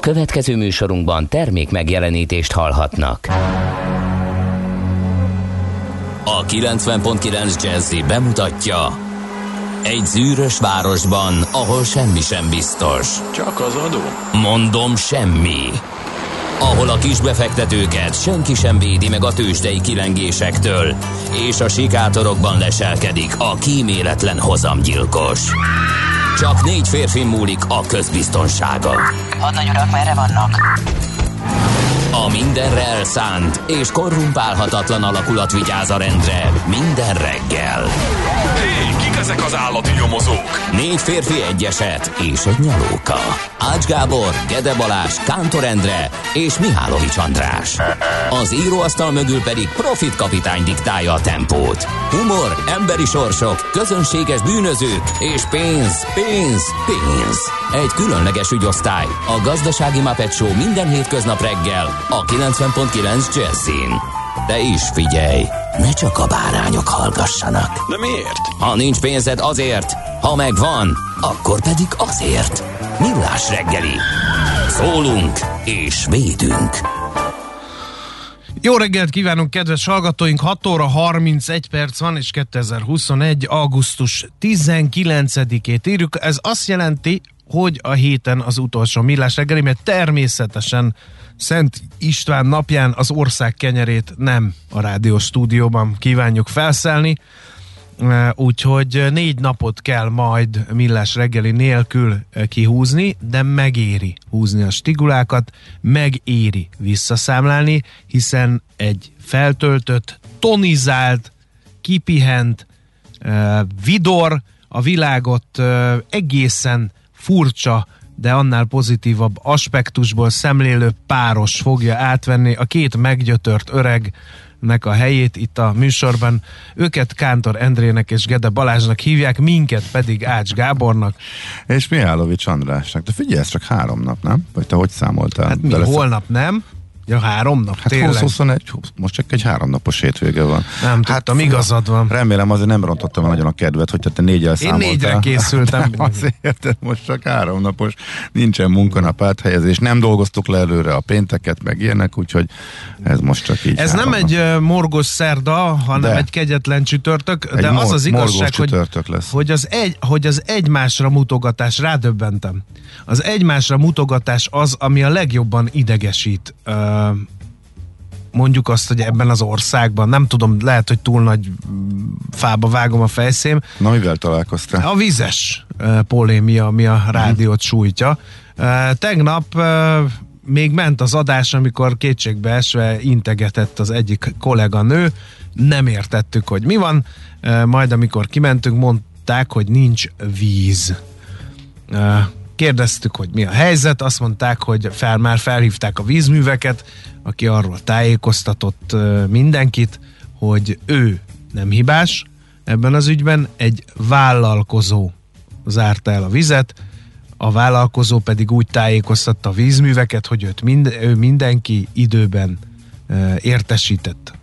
Következő műsorunkban termék megjelenítést hallhatnak. A 90.9 Jazzy bemutatja: egy zűrös városban, ahol semmi sem biztos. Csak az adó? Mondom, semmi. Ahol a kisbefektetőket senki sem védi meg a tőzsdei kilengésektől, és a sikátorokban leselkedik a kíméletlen hozamgyilkos. Csak 4 férfi múlik a közbiztonsága. Hadnagy urak, merre vannak? A mindenre elszánt és korrumpálhatatlan alakulat vigyáz a rendre minden reggel. Hé, kik ezek az állati nyomozók? 4 férfi, egy eset és egy nyalóka. Ács Gábor, Gede Balázs, Kántor Endre és Mihálovics András. Az íróasztal mögül pedig Profit kapitány diktálja a tempót. Humor, emberi sorsok, közönséges bűnözők és pénz, pénz, pénz. Egy különleges ügyosztály, a Gazdasági Muppet Show minden hétköznap reggel a 90.9 Jazzyn. De is figyelj, ne csak a bárányok hallgassanak. De miért? Ha nincs pénzed, azért, ha megvan, akkor pedig azért. Millás reggeli. Szólunk és védünk. Jó reggelt kívánunk, kedves hallgatóink! 6 óra 31 perc van, és 2021. augusztus 19-ét írjuk. Ez azt jelenti, hogy a héten az utolsó Millás reggeli, mert természetesen Szent István napján az ország kenyerét nem a rádiós stúdióban kívánjuk felszelni, úgyhogy 4 napot kell majd Millás reggeli nélkül kihúzni, de megéri húzni a stigulákat, megéri visszaszámlálni, hiszen egy feltöltött, tonizált, kipihent, vidor, a világot egészen furcsa, de annál pozitívabb aspektusból szemlélő páros fogja átvenni a 2 meggyötört öregnek a helyét itt a műsorban. Őket Kántor Endrének és Gede Balázsnak hívják, minket pedig Ács Gábornak. És Mihálovics Andrásnak. De figyelj, ez csak 3 nap, nem? Vagy te hogy számoltál? Hát mi, holnap nem? Ja, 3 nap, hát tényleg. 20-21, most csak egy 3 napos hétvége van. Nem tudtam, igazad van. Remélem azért nem rontottam nagyon a kedvet, hogyha te 4-el számoltál. Én 4-re készültem. Azért, most csak 3 napos, nincsen munkanap áthelyezés, nem dolgoztuk le előre a pénteket, meg ilyenek, úgyhogy ez most csak így. Ez nem egy morgos szerda, hanem egy kegyetlen csütörtök, de az az igazság, hogy az egymásra mutogatás, rádöbbentem. Az egymásra mutogatás az, ami a legjobban idegesít, mondjuk azt, hogy ebben az országban, nem tudom, lehet, hogy túl nagy fába vágom a fejszém. Na, mivel találkoztál? A vízes polémia, ami a rádiót sújtja. Tegnap még ment az adás, amikor kétségbeesve integetett az egyik kolléganő, nem értettük, hogy mi van, majd amikor kimentünk, mondták, hogy nincs víz. Kérdeztük, hogy mi a helyzet, azt mondták, hogy már felhívták a vízműveket, aki arról tájékoztatott mindenkit, hogy ő nem hibás ebben az ügyben, egy vállalkozó zárta el a vizet, a vállalkozó pedig úgy tájékoztatta a vízműveket, hogy ő mindenki időben értesített.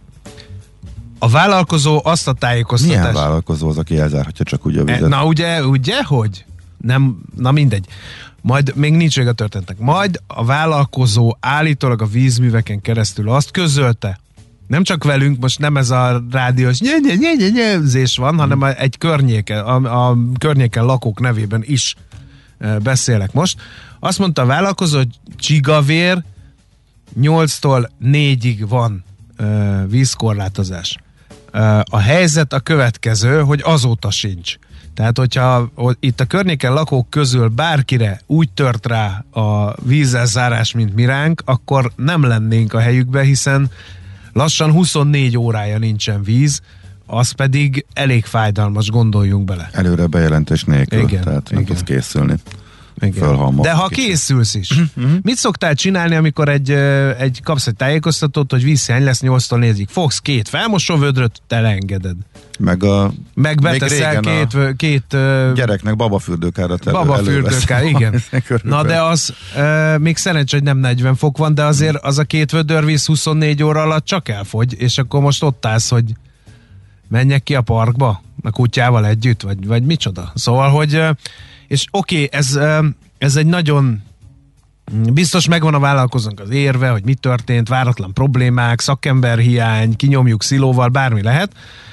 A vállalkozó azt a tájékoztatást... Milyen vállalkozó az, aki elzárhatja csak úgy a vizet? Na ugye, hogy? Nem, na mindegy. Majd még nincs vége a történetnek. Majd a vállalkozó állítólag a vízműveken keresztül azt közölte, nem csak velünk, most nem ez a rádiós nyezés van, hanem egy környéken, a környéken lakók nevében is beszélek most. Azt mondta a vállalkozó, hogy Csigavér 8-tól 4-ig van vízkorlátozás. A helyzet a következő, hogy azóta sincs. Tehát, hogyha itt a környéken lakók közül bárkire úgy tört rá a vízzelzárás, mint mi ránk, akkor nem lennénk a helyükbe, hiszen lassan 24 órája nincsen víz, az pedig elég fájdalmas, gondoljunk bele. Előre bejelentés nélkül, igen, tehát nem tudsz készülni. De ha készülsz is, mit szoktál csinálni, amikor kapsz egy tájékoztatót, hogy vízhiány lesz 8-tól 4-ig? Fogsz 2 felmosóvödröt, telengeded. Meg beteszel két gyereknek babafürdőkárat babafürdőkár, igen. Na de az még szerencsé, hogy nem 40 fok van, de azért az a 2 vödörvíz 24 óra alatt csak elfogy, és akkor most ott állsz, hogy menjek ki a parkba a kutyával együtt, vagy micsoda. Szóval, hogy és oké, ez egy nagyon Biztos megvan a vállalkozónk az érve, hogy mi történt, váratlan problémák, szakemberhiány, kinyomjuk szilóval, bármi lehet.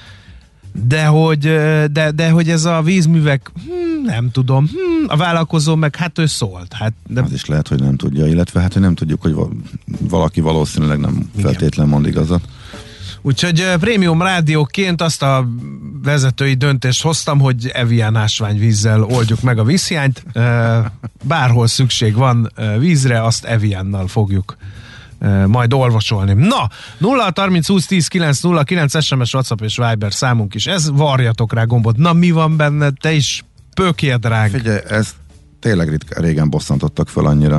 De hogy ez a vízművek, nem tudom, a vállalkozó meg hát ő szólt. Hát, de... Az is lehet, hogy nem tudja, illetve hát, hogy nem tudjuk, hogy valaki valószínűleg nem feltétlen mond igazat. Úgyhogy prémium rádióként azt a vezetői döntést hoztam, hogy Evian ásványvízzel oldjuk meg a vízhiányt. Bárhol szükség van vízre, azt Eviannal fogjuk majd olvasolni. Na, 0-30-20-10-9-09 SMS, WhatsApp és Viber számunk is. Ez, varjatok rá gombot. Na, mi van benne? Te is pökjed ránk. Figyelj, ez tényleg régen bosszantottak fel annyira.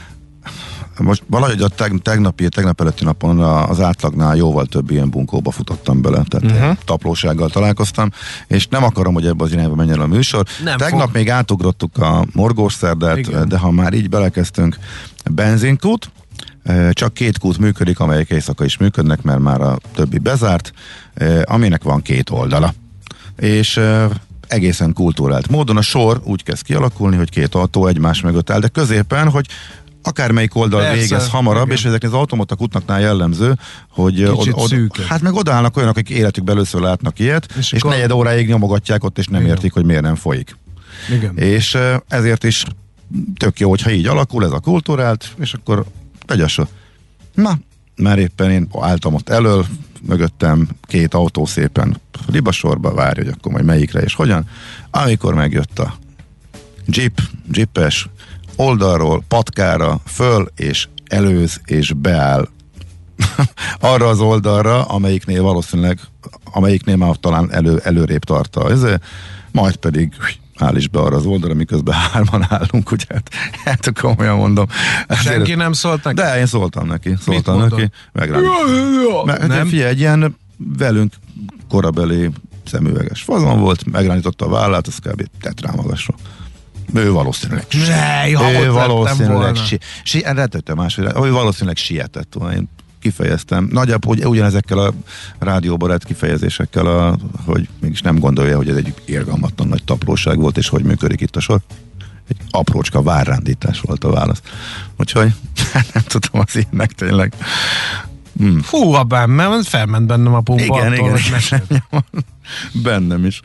Most valahogy a tegnap előtti napon az átlagnál jóval több ilyen bunkóba futottam bele, tehát taplósággal találkoztam, és nem akarom, hogy ebbe az irányba menjen a műsor. Tegnap még átugrottuk a morgós szerdát, de ha már így belekezdtünk, benzinkút, csak 2 kút működik, amelyek éjszaka is működnek, mert már a többi bezárt, aminek van 2 oldala. És egészen kultúrált módon a sor úgy kezd kialakulni, hogy 2 autó egymás mögött áll, de középen, hogy akármelyik oldal végez hamarabb, igen. És ezek az automata kutnaknál jellemző, hogy hát meg odaállnak olyanok, akik életükben először látnak ilyet, és negyed óráig nyomogatják ott, és nem értik, hogy miért nem folyik. Igen. És ezért is tök jó, hogyha így alakul ez a kultúrált, és akkor tegyes. Na, már éppen én álltam ott elől, mögöttem 2 autó szépen libasorba, várja, hogy akkor majd melyikre és hogyan. Amikor megjött a jeepes, oldalról patkára föl, és előz, és beáll arra az oldalra, amelyiknél már talán előrébb tart majd pedig áll is be arra az oldalra, miközben 3-an állunk, ugye hát komolyan mondom. Senki nem szólt neki? De én szóltam neki. Nem? Figyelj, egy ilyen velünk korabeli szemüveges fazon volt, megránította a vállát, az kb. Tett rá magasra. Ő valószínűleg sietett volna. Én kifejeztem. Nagyjából ugyanezekkel a rádióbarát kifejezésekkel, hogy mégis nem gondolja, hogy ez egy irgalmatlan nagy taplóság volt, és hogy működik itt a sor. Egy aprócska várrándítás volt a válasz. Úgyhogy nem tudom, az ilyennek tényleg. Fú, abban, mert felment bennem a pumpa. Igen. Bennem is.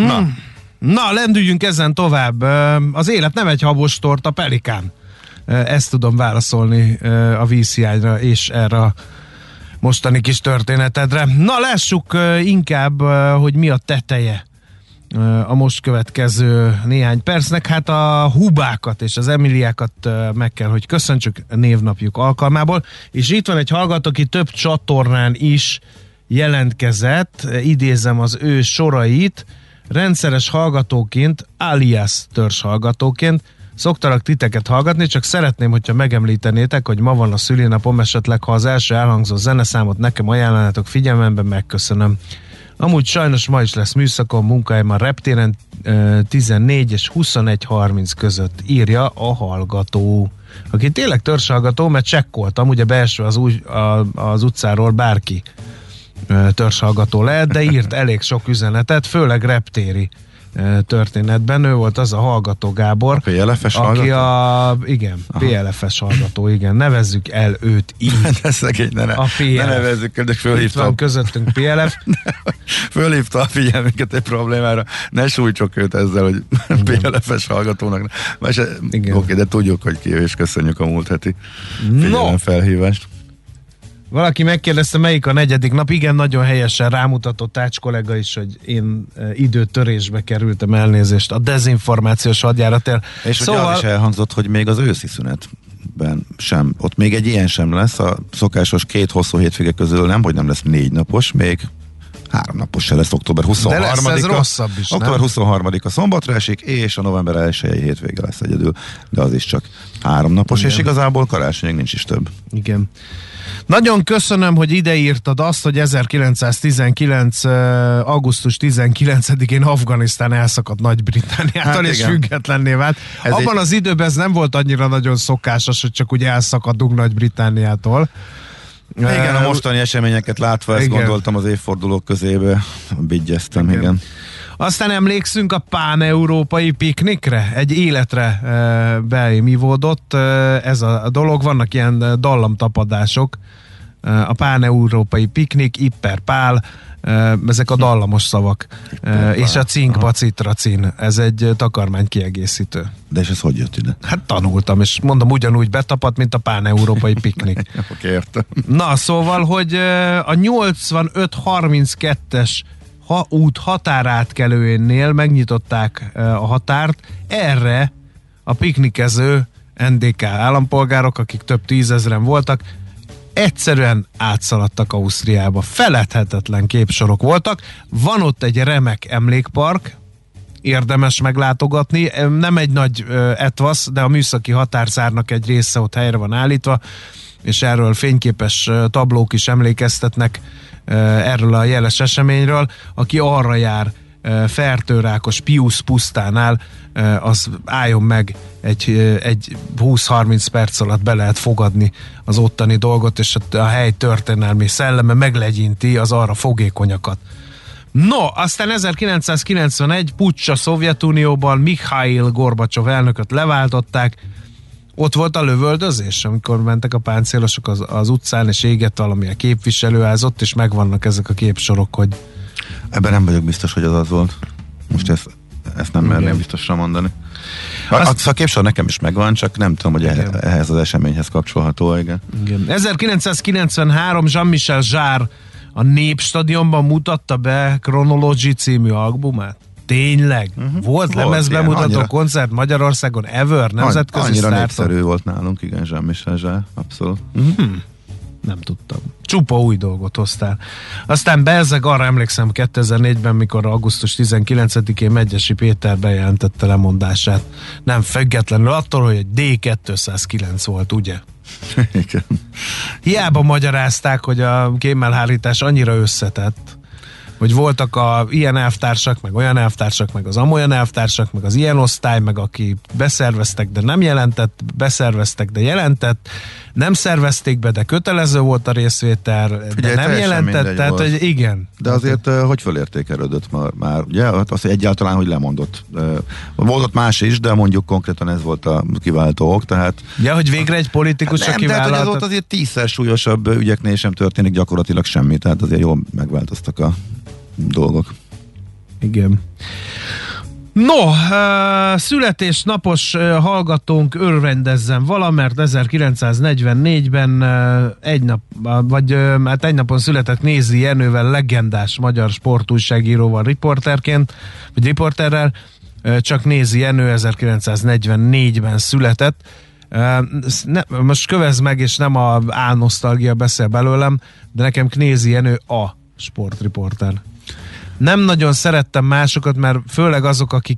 Na, lendüljünk ezen tovább. Az élet nem egy habos torta, Pelikán. Ezt tudom válaszolni a vízhiányra és erre a mostani kis történetedre. Na, lássuk inkább, hogy mi a teteje a most következő néhány percnek. Hát a Hubákat és az Emiliákat meg kell, hogy köszöntsük névnapjuk alkalmából. És itt van egy hallgató, aki több csatornán is jelentkezett, idézem az ő sorait, rendszeres hallgatóként, alias törzs hallgatóként szoktalak titeket hallgatni, csak szeretném, hogyha megemlítenétek, hogy ma van a szülinapom, esetleg ha az első elhangzó zeneszámot nekem ajánlanátok figyelmemben, megköszönöm. Amúgy sajnos ma is lesz műszakon, munkáim a reptéren 14 és 21:30 között, írja a hallgató. Aki tényleg törzshallgató, mert csekkoltam, ugye beesve az utcáról bárki törzshallgató lehet, de írt elég sok üzenetet, főleg reptéri történetben. Ő volt az a hallgató, Gábor. PLF-es hallgató? Igen, PLF-es hallgató, igen. Nevezzük el őt így. De szegény, ne nevezzük el, de fölhívta. Itt van közöttünk PLF. Fölhívta a figyelmünket egy problémára. Ne sújtsok őt ezzel, hogy PLF-es hallgatónak. Oké, de tudjuk, hogy ki, és köszönjük a múlt heti felhívást. Valaki megkérdezte, melyik a 4. nap. Igen, nagyon helyesen rámutatott Ács kollega is, hogy én időtörésbe kerültem, elnézést a dezinformációs hadjáratért. És szóval... az is elhangzott, hogy még az őszi szünetben sem, ott még egy ilyen sem lesz, a szokásos 2 hosszú hétvége közül nem lesz 4 napos, még 3 napos se lesz, október 23-a. De lesz ez rosszabb is, október 23-a szombatra esik, és a november 1-i hétvége lesz egyedül, de az is csak 3 napos, igen. És igazából karácsonyig nincs is több. Igen. Nagyon köszönöm, hogy ideírtad azt, hogy 1919. augusztus 19-én Afganisztán elszakadt Nagy-Britanniától, és függetlenné vált. Abban az időben ez nem volt annyira nagyon szokásos, hogy csak úgy elszakadunk Nagy-Britanniától. Igen, a mostani eseményeket látva ezt gondoltam az évfordulók közébe, bigyeztem, igen. Aztán emlékszünk a pán-európai piknikre? Egy életre beimivódott ez a dolog. Vannak ilyen dallamtapadások. A pán-európai piknik, Ipper Pál, ezek a dallamos szavak. És a cinkbacitracin. Ez egy takarmány kiegészítő. De és ez hogy jött ide? Hát tanultam, és mondom, ugyanúgy betapadt, mint a pán-európai piknik. Oké, értem. Na, szóval, hogy a 8532-es út határátkelőjénél megnyitották a határt, erre a piknikező NDK állampolgárok, akik több tízezren voltak, egyszerűen átszaladtak Ausztriába. Feledhetetlen képsorok voltak. Van ott egy remek emlékpark, érdemes meglátogatni. Nem egy nagy etvasz, de a műszaki határszárnak egy része ott helyre van állítva, és erről fényképes tablók is emlékeztetnek erről a jeles eseményről. Aki arra jár Fertőrákos Piusz pusztánál, az álljon meg egy 20-30 perc alatt be lehet fogadni az ottani dolgot, és a hely történelmi szelleme meglegyinti az arra fogékonyakat. No, aztán 1991 puccs a Szovjetunióban, Mikhail Gorbacsov elnököt leváltották. Ott volt a lövöldözés, amikor mentek a páncélosok az utcán, és égett valamilyen képviselőház, ott is megvannak ezek a képsorok, hogy... Ebben nem vagyok biztos, hogy az volt. Most ezt nem merném biztosra mondani. A képsor nekem is megvan, csak nem tudom, hogy ehhez az eseményhez kapcsolható, igen. 1993 Jean-Michel Jarre a Népstadionban mutatta be Chronology című albumát. Tényleg? Volt lemezbemutató koncert Magyarországon ever? Nemzetközi annyira sztárton? népszerű volt nálunk, igen, Jean-Michel Jarre, abszolút. Nem tudtam. Csupa új dolgot hoztál. Aztán bezzeg, arra emlékszem 2004-ben, mikor augusztus 19-én Megyesi Péter bejelentette lemondását. Nem függetlenül attól, hogy egy D209 volt, ugye? Igen. Hiába magyarázták, hogy a kémelhárítás annyira összetett, hogy voltak ilyen elvtársak, meg olyan elvtársak, meg az amolyan elvtársak, meg az ilyen osztály, meg aki beszerveztek, de nem jelentett, beszerveztek, de jelentett, nem szervezték be, de kötelező volt a részvétel, de ugye, nem jelentett, tehát hogy igen. De azért hogy fölértékelődött már, ugye? Az, hogy egyáltalán, hogy lemondott. Volt ott más is, de mondjuk konkrétan ez volt a kiváltó ok, tehát... Ja, hogy végre egy politikus, aki vállalt... vállalta... Nem, tehát azért 10-szer súlyosabb ügyeknél sem történik gyakorlatilag semmi, tehát azért jól megváltoztak a dolgok. Igen. No, születésnapos hallgatónk örvendezzen vala, mert 1944-ben egy napon született Nézi Jenővel, legendás magyar sportújságíróval, riporterrel, csak Nézi Jenő 1944-ben született. Most kövezd meg, és nem a álnosztalgia beszél belőlem, de nekem Knézi Jenő a sportriporter. Nem nagyon szerettem másokat, mert főleg azok, akik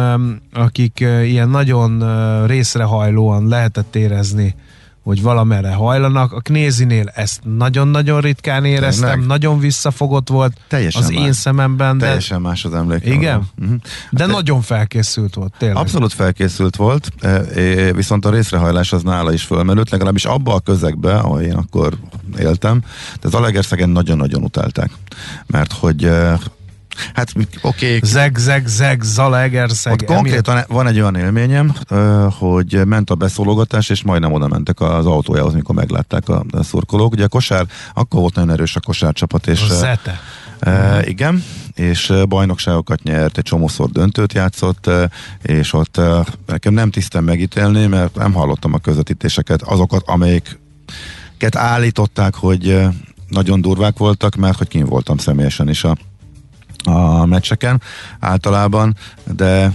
ilyen nagyon részrehajlóan lehetett érezni, hogy valamerre hajlanak. A Knézinél ezt nagyon-nagyon ritkán éreztem, tényleg? Nagyon visszafogott volt teljesen az más. Én szememben. Teljesen más az emlékem. Igen? De nagyon felkészült volt, tényleg. Abszolút felkészült volt, viszont a részrehajlás az nála is fölmerült, legalábbis abba a közegbe, ahol én akkor éltem, de az Zalaegerszegen nagyon-nagyon utálták. Mert hogy hát oké. Zeg, Zalaegerszeg. Ott konkrétan van egy olyan élményem, hogy ment a beszólogatás, és majdnem oda mentek az autójához, mikor meglátták a szurkolók. Ugye a kosár, akkor volt nagyon erős a kosárcsapat, és Zete. Igen, és bajnokságokat nyert, egy csomószor döntőt játszott, és ott nekem nem tisztem megítélni, mert nem hallottam a közvetítéseket, azokat, amelyiket állították, hogy nagyon durvák voltak, mert hogy kint voltam személyesen is a meccseken általában, de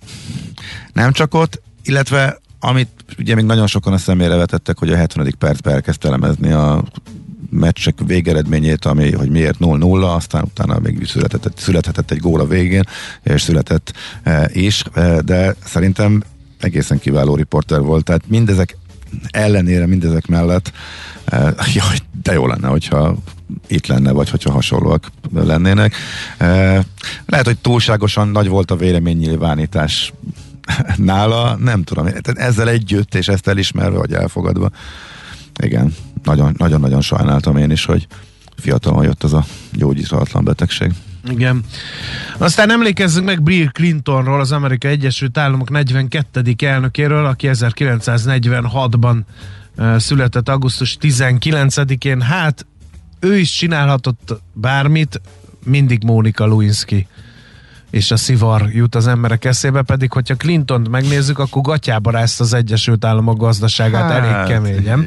nem csak ott, illetve amit ugye még nagyon sokan a szemére vetettek, hogy a 70. percben elkezdte elemezni a meccsek végeredményét, hogy miért 0-0, aztán utána még születhetett egy gól a végén, és született is, de szerintem egészen kiváló riporter volt, tehát mindezek ellenére, mindezek mellett jaj, de jó lenne, hogyha itt lenne, vagy hogyha hasonlóak lennének. Lehet, hogy túlságosan nagy volt a véleménynyilvánítás nála, nem tudom, ezzel együtt, és ezt elismerve, vagy elfogadva. Igen, nagyon-nagyon sajnáltam én is, hogy fiatalon jött az a gyógyíthatatlan betegség. Igen. Aztán emlékezzünk meg Bill Clintonról, az Amerikai Egyesült Államok 42. elnökéről, aki 1946-ban született augusztus 19-én. Hát ő is csinálhatott bármit, mindig Monica Lewinsky és a szivar jut az emberek eszébe, pedig hogyha Clintont megnézzük, akkor gatyába rázta az Egyesült Államok gazdaságát, elég keményen.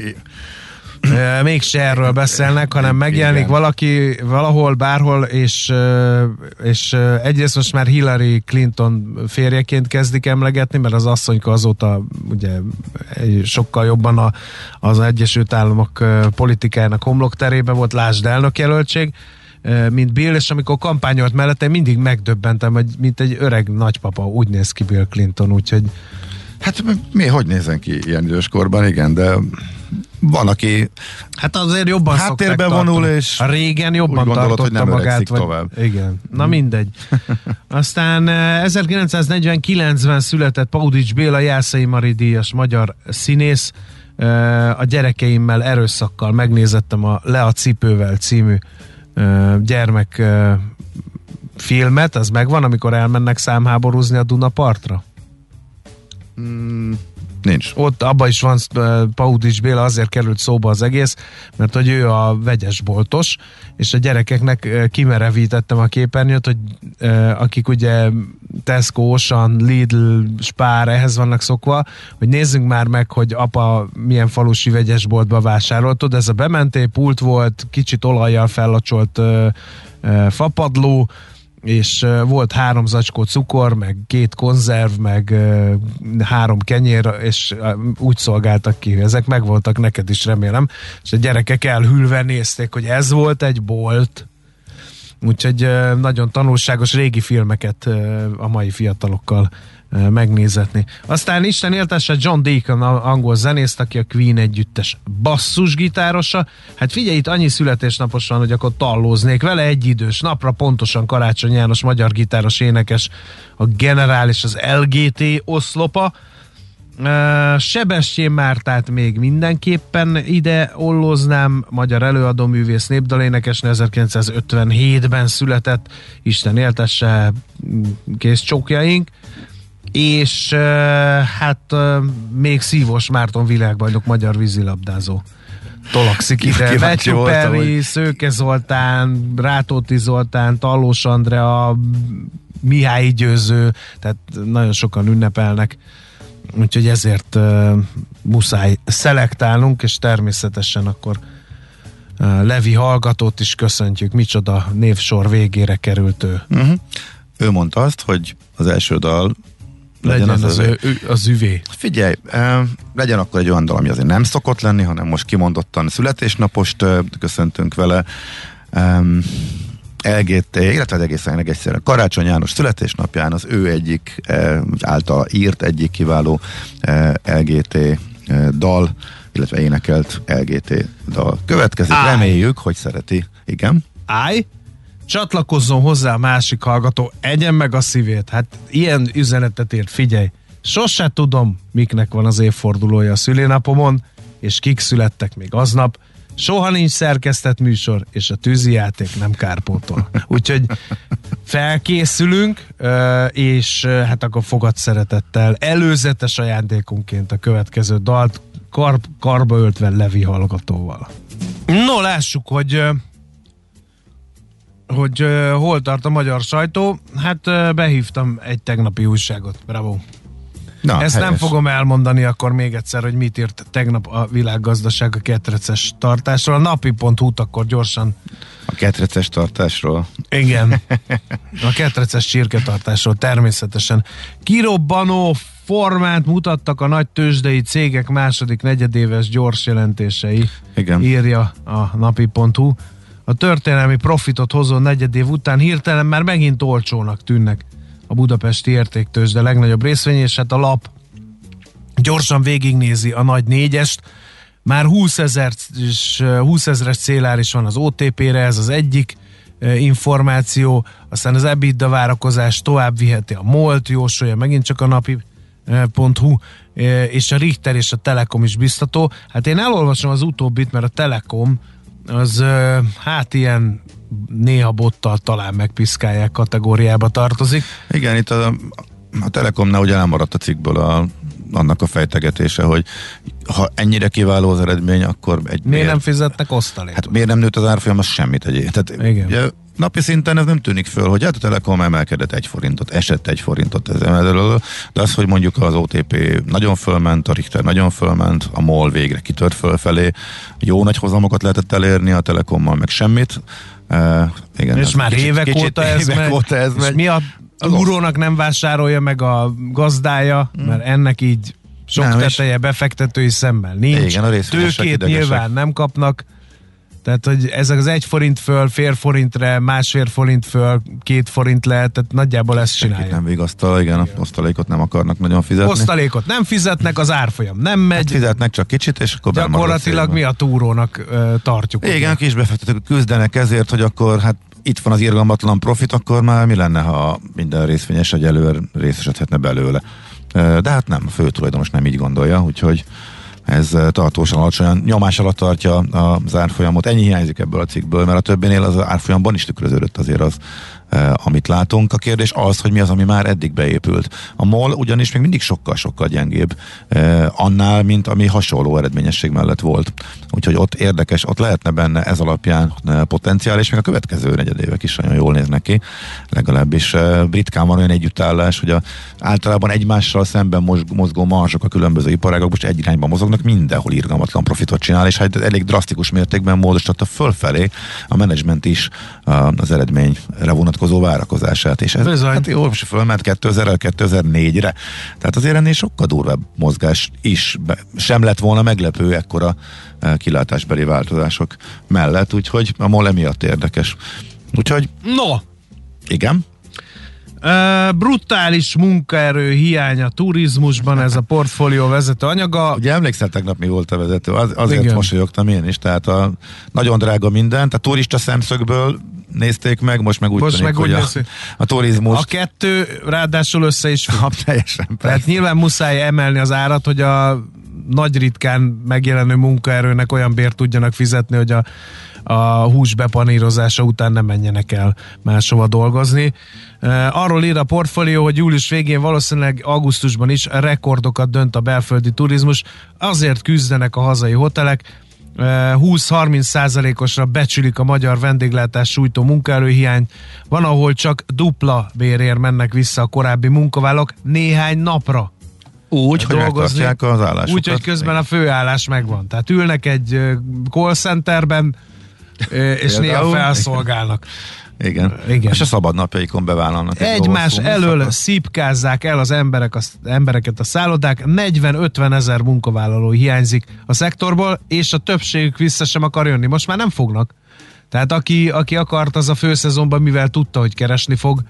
Mégse erről beszélnek, hanem megjelenik valaki valahol, bárhol, és egyrészt most már Hillary Clinton férjeként kezdik emlegetni, mert az asszonyka azóta ugye sokkal jobban az Egyesült Államok politikájának homlokterében volt, lásd elnökjelöltség, mint Bill, és amikor kampányolt mellette, mindig megdöbbentem, hogy mint egy öreg nagypapa, úgy néz ki Bill Clinton, úgyhogy hát hogy nézen ki ilyen időskorban, igen, de van, aki hát azért jobban háttérbe vonul, és a régen jobban gondolod, tartotta hogy nem magát. tovább. Igen, na mindegy. Aztán 1949-ben született Paudics Béla, Jászai Mari díjas magyar színész. A gyerekeimmel erőszakkal megnézettem a Le a cipővel című gyermek filmet, az megvan, amikor elmennek számháborúzni a Dunapartra? Nincs. Ott abban is van Paudics Béla, azért került szóba az egész, mert hogy ő a vegyesboltos, és a gyerekeknek kimerevítettem a képernyőt, hogy akik ugye Tesco, Ocean, Lidl, Spár, ehhez vannak szokva, hogy nézzünk már meg, hogy apa milyen falusi vegyesboltba vásárolt. Ez a bementél, pult volt, kicsit olajjal fellacsolt fapadló, és volt 3 zacskó cukor, meg 2 konzerv, meg 3 kenyér, és úgy szolgáltak ki. Ezek megvoltak neked is, remélem. És a gyerekek elhűlve nézték, hogy ez volt egy bolt. Úgyhogy nagyon tanulságos régi filmeket a mai fiatalokkal megnézetni. Aztán Isten éltesse John Deacon, angol zenészt, aki a Queen együttes basszusgitárosa. Hát figyelj, itt annyi születésnapos van, hogy akkor tallóznék vele egy idős napra, pontosan Karácsony János, magyar gitáros énekes, a Generál és az LGT oszlopa. Sebestyén Mártát még mindenképpen ide olloznám, magyar előadóművész, népdalénekesnő, 1957-ben született, Isten éltesse, kész csókjaink. És hát még Szívos Márton világbajnok, magyar vízilabdázó tolakszik ide. Matthew Perry, Szőke Zoltán, Rátóti Zoltán, Tallós Andrea, Mihály Győző, tehát nagyon sokan ünnepelnek, úgyhogy ezért muszáj szelektálnunk, és természetesen akkor Levi hallgatót is köszöntjük, micsoda névsor végére került ő. Ő mondta azt, hogy az első dal legyen az üvé. Figyelj, legyen akkor egy olyan dal, ami azért nem szokott lenni, hanem most kimondottan születésnapost köszöntünk vele. LGT, illetve egészen egyszerűen Karácsony János születésnapján az ő egyik által írt egyik kiváló LGT dal, illetve énekelt LGT dal következik. Reméljük, hogy szereti. Igen. Csatlakozzon hozzá a másik hallgató, egyen meg a szívét. Hát ilyen üzenetet írt, figyelj, sose tudom, miknek van az évfordulója a szülinapomon, és kik születtek még aznap. Soha nincs szerkesztett műsor, és a tűzijáték nem kárpótol. Úgyhogy felkészülünk, és hát akkor fogad szeretettel előzetes ajándékunként a következő dalt, karba öltve Levi hallgatóval. No, lássuk, hogy hol tart a magyar sajtó. Hát behívtam egy tegnapi újságot. Bravo. Na, ezt helyes. nem fogom elmondani akkor még egyszer, hogy mit írt tegnap a Világgazdaság a ketreces tartásról. A napi.hu-t akkor gyorsan. A ketreces tartásról. Igen. A ketreces csirketartásról természetesen. Kirobbanó formát mutattak a nagy tőzsdei cégek második negyedéves gyors jelentései. Igen. Írja a napi.hu. A történelmi profitot hozó negyedév után hirtelen már megint olcsónak tűnnek a budapesti értéktőzsde legnagyobb részvény, és hát a lap gyorsan végignézi a nagy négyest. Már 20 000-es célár is van az OTP-re, ez az egyik információ, aztán az EBITDA várakozás tovább viheti a MOL-t, jósolja megint csak a napi.hu, és a Richter és a Telekom is biztató. Hát én elolvasom az utóbbit, mert a Telekom az hát ilyen néha bottal talán megpiszkálják kategóriába tartozik. Igen, itt a Telekomnál ugye elmaradt a cikkből annak a fejtegetése, hogy ha ennyire kiváló az eredmény, akkor miért nem fizetnek osztalékot? Hát miért nem nőtt az árfolyam, az semmit egyébként. Tehát ugye, napi szinten ez nem tűnik föl, hogy hát a Telekom emelkedett 1 forintot, esett 1 forintot ezelőtt, de az, hogy mondjuk az OTP nagyon fölment, a Richter nagyon fölment, a MOL végre kitört fölfelé, jó nagy hozamokat lehetett elérni, a Telekommal meg semmit. Igen, és már évek óta ez megy. És mi a Túrónak nem vásárolja meg a gazdája, mert ennek így sok teteje befektetői szemmel nincs. Igen, a tőkét nyilván nem kapnak. Tehát, hogy ezek az 1 forint föl, fél forintre, 1,5 forint föl, 2 forint lehet, tehát nagyjából ezt csinálja. Nem vigasztal, igen, osztalékot nem akarnak nagyon fizetni. Osztalékot nem fizetnek, az árfolyam nem megy. Hát fizetnek csak kicsit, és akkor gyakorlatilag mi a Túrónak tartjuk. Igen, kis befektetők küzdenek ezért, hogy akkor hát itt van az irgalmatlan profit, akkor már mi lenne, ha minden részvényes egyelőre részesedhetne belőle. De hát nem, a főtulajdonos nem így gondolja, úgyhogy ez tartósan alacsonyan nyomás alatt tartja az árfolyamot. Ennyi hiányzik ebből a cikkből, mert a többinél az árfolyamban is tükröződött azért az, amit látunk. A kérdés az, hogy mi az, ami már eddig beépült. A MOL ugyanis még mindig sokkal-sokkal gyengébb annál, mint ami hasonló eredményesség mellett volt. Úgyhogy ott érdekes, ott lehetne benne ez alapján potenciál, és még a következő negyedévek is nagyon jól néznek ki. Legalábbis ritkán van olyan együttállás, hogy általában egymással szemben mozgó marzsok a különböző iparágok most egy irányba mozognak, mindenhol irgalmatlan profitot csinál, és hát elég drasztikus mértékben módosította fölfelé a menedzsment is az eredményre vonatkozó várakozását, és ez hát jó, most fölment 2000-2004-re. Tehát azért ennél sokkal durvább mozgás is sem lett volna meglepő ekkora kilátásbeli változások mellett, úgyhogy a MOL emiatt érdekes. Úgyhogy igen. Brutális munkaerő hiánya turizmusban, ez a portfólió vezető anyaga. Ugye emlékszel, tegnap mi volt a vezető? Azért mosolyogtam én is, tehát nagyon drága minden, tehát turista szemszögből nézték meg, most meg úgy tűnik, hogy a turizmus. A kettő ráadásul össze is teljesen. Tehát nyilván muszáj emelni az árat, hogy a nagy ritkán megjelenő munkaerőnek olyan bért tudjanak fizetni, hogy a hús bepanírozása után nem menjenek el máshova dolgozni. Arról ír a portfólió, hogy július végén, valószínűleg augusztusban is rekordokat dönt a belföldi turizmus. Azért küzdenek a hazai hotelek, 20-30%-osra becsülik a magyar vendéglátás sújtó munkaerőhiányt. Van, ahol csak dupla bérért mennek vissza a korábbi munkavállalók néhány napra. Úgy, hogy megtartják az állásokat. Úgy, hogy közben a főállás megvan. Tehát ülnek egy call centerben, és néha felszolgálnak. Igen. És a szabadnapjaikon bevállalnak. Egymás elől szipkázzák el az embereket a szállodák. 40-50 ezer munkavállaló hiányzik a szektorból, és a többségük vissza sem akar jönni. Most már nem fognak. Tehát aki akart, az a főszezonban, mivel tudta, hogy keresni fog,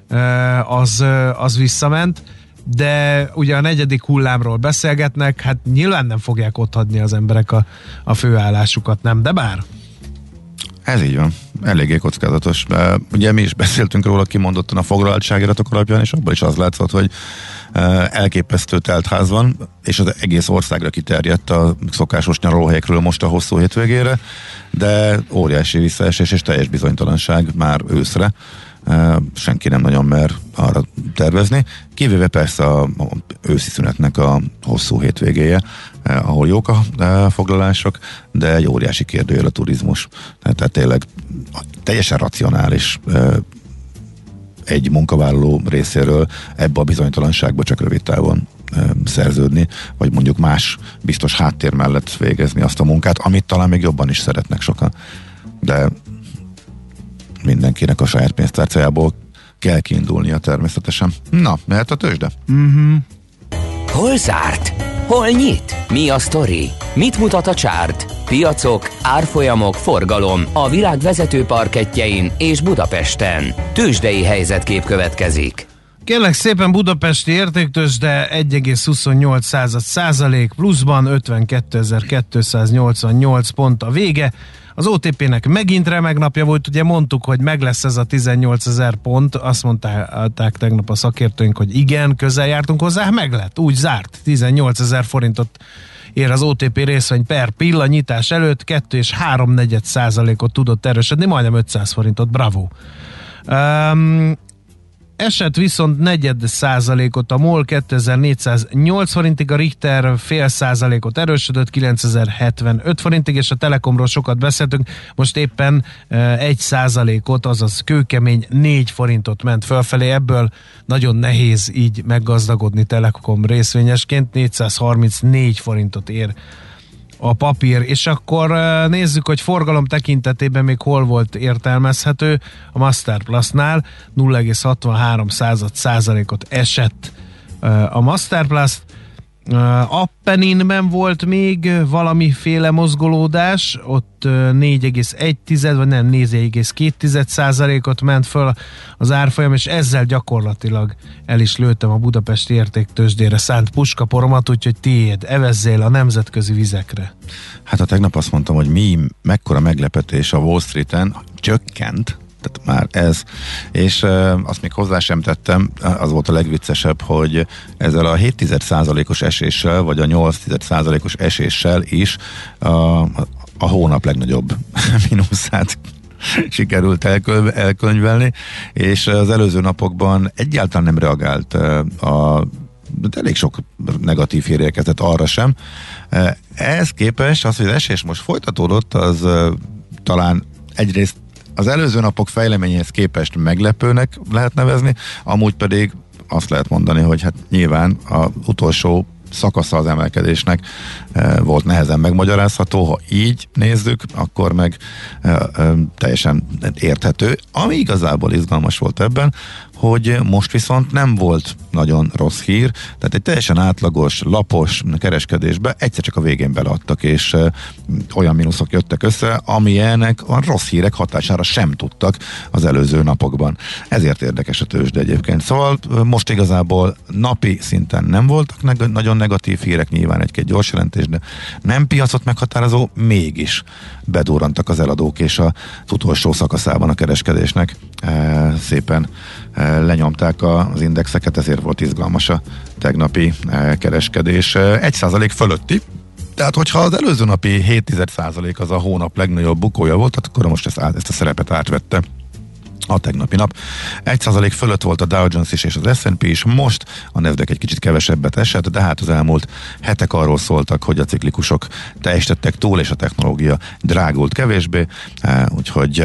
az visszament. De ugye a 4. hullámról beszélgetnek, hát nyilván nem fogják otthagyni az emberek a főállásukat, nem? De bár? Ez így van. Eléggé kockázatos. Ugye mi is beszéltünk róla kimondottan a foglaltságiratok alapján, és abban is az látszott, hogy elképesztő teltház van, és az egész országra kiterjedt a szokásos nyaralóhelyekről most a hosszú hétvégére, de óriási visszaesés és teljes bizonytalanság már őszre. Senki nem nagyon mer arra tervezni, kivéve persze a őszi szünetnek a hosszú hétvégéje, ahol jók a foglalások, de egy óriási kérdőjel a turizmus. Tehát tényleg teljesen racionális egy munkavállaló részéről ebbe a bizonytalanságba csak rövid távon szerződni, vagy mondjuk más biztos háttér mellett végezni azt a munkát, amit talán még jobban is szeretnek sokan. De mindenkinek a saját pénztárcájából kell kiindulnia természetesen. Na, mehet a tőzsde? Hol zárt? Hol nyit? Mi a sztori? Mit mutat a csárt? Piacok, árfolyamok, forgalom a világ vezető parkettjein és Budapesten. Tőzsdei helyzetkép következik. Kérlek szépen, budapesti értéktőzsde 1,28% pluszban, 52.288 pont a vége. Az OTP-nek megint remek napja volt, ugye mondtuk, hogy meg lesz ez a 18.000 pont, azt mondták tegnap a szakértőink, hogy igen, közel jártunk hozzá, meg lett, úgy zárt, 18.000 forintot ér az OTP részvény per pillanyítás előtt 2,3% tudott erősödni, majdnem 500 forintot, bravo. Esett viszont 0,4%-ot a MOL 2408 forintig, a Richter fél százalékot erősödött 9075 forintig, és a Telekomról sokat beszéltünk, most éppen 1%-ot, azaz kőkemény 4 forintot ment fölfelé, ebből nagyon nehéz így meggazdagodni Telekom részvényesként, 434 forintot ér a papír, és akkor nézzük, hogy forgalom tekintetében még hol volt értelmezhető. A Masterplastnál 0,63%-ot esett a Masterplast. Appeninben volt még valamiféle mozgolódás, ott 4,1 vagy nem 4,2%-ot ment föl az árfolyam, és ezzel gyakorlatilag el is lőttem a budapesti értéktőzsdére szánt puskaporomat, úgyhogy tiéd, evezzél a nemzetközi vizekre. Hát tegnap azt mondtam, hogy mekkora meglepetés a Wall Streeten, csökkent, tehát már ez, és azt még hozzá sem tettem, az volt a legviccesebb, hogy ezzel a 0,7%-os eséssel, vagy a 0,8%-os eséssel is a hónap legnagyobb mínuszát sikerült elkönyvelni, és az előző napokban egyáltalán nem reagált de elég sok negatív hír érkezett, arra sem. Ehhez képest az, hogy az esés most folytatódott, az talán egyrészt az előző napok fejleményéhez képest meglepőnek lehet nevezni, amúgy pedig azt lehet mondani, hogy hát nyilván az utolsó szakasza az emelkedésnek volt nehezen megmagyarázható, ha így nézzük, akkor meg teljesen érthető. Ami igazából izgalmas volt ebben, hogy most viszont nem volt nagyon rossz hír, tehát egy teljesen átlagos, lapos kereskedésbe egyszer csak a végén beleadtak, és olyan mínuszok jöttek össze, amilyenek a rossz hírek hatására sem tudtak az előző napokban. Ezért érdekes a tőzsde egyébként. Szóval most igazából napi szinten nem voltak nagyon negatív hírek, nyilván egy-két gyors jelentés, de nem piacot meghatározó, mégis bedurrantak az eladók, és az utolsó szakaszában a kereskedésnek szépen lenyomták az indexeket, ezért volt izgalmas a tegnapi kereskedés. 1% fölötti, tehát hogyha az előző napi 0,7% az a hónap legnagyobb bukója volt, akkor most ezt a szerepet átvette a tegnapi nap. 1% fölött volt a Dow Jones is és az S&P is, most a Nasdaq egy kicsit kevesebbet esett, de hát az elmúlt hetek arról szóltak, hogy a ciklikusok teljesítettek túl, és a technológia drágult kevésbé, úgyhogy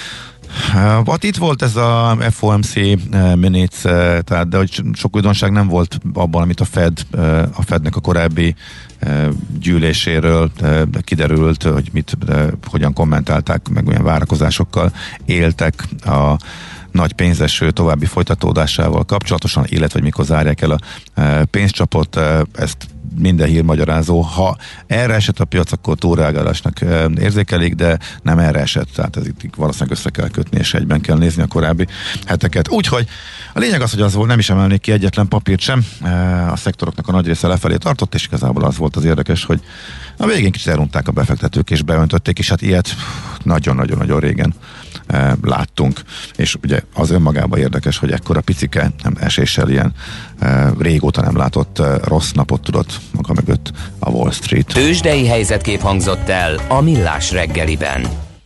hát itt volt ez a FOMC minutes, tehát, de hogy sok újdonság nem volt abban, amit a Fednek a korábbi gyűléséről kiderült, hogy hogyan kommentálták, meg olyan várakozásokkal éltek a nagy pénzeső további folytatódásával kapcsolatosan, illetve hogy mikor zárják el a pénzcsapot, ezt minden hírmagyarázó, ha erre esett a piac, akkor túlreagálásnak érzékelik, de nem erre esett, tehát ez itt valószínűleg össze kell kötni, és egyben kell nézni a korábbi heteket. Úgyhogy a lényeg az, hogy az volt, nem is emelnék ki egyetlen papírt sem, a szektoroknak a nagy része lefelé tartott, és igazából az volt az érdekes, hogy a végén kicsit elunták a befektetők, és beöntötték, és hát ilyet nagyon-nagyon-nagyon régen láttunk, és ugye az önmagában érdekes, hogy ekkora picike eséssel ilyen régóta nem látott rossz napot tudott maga mögött a Wall Street. Tőzsdei helyzetkép hangzott el a Millás reggeliben.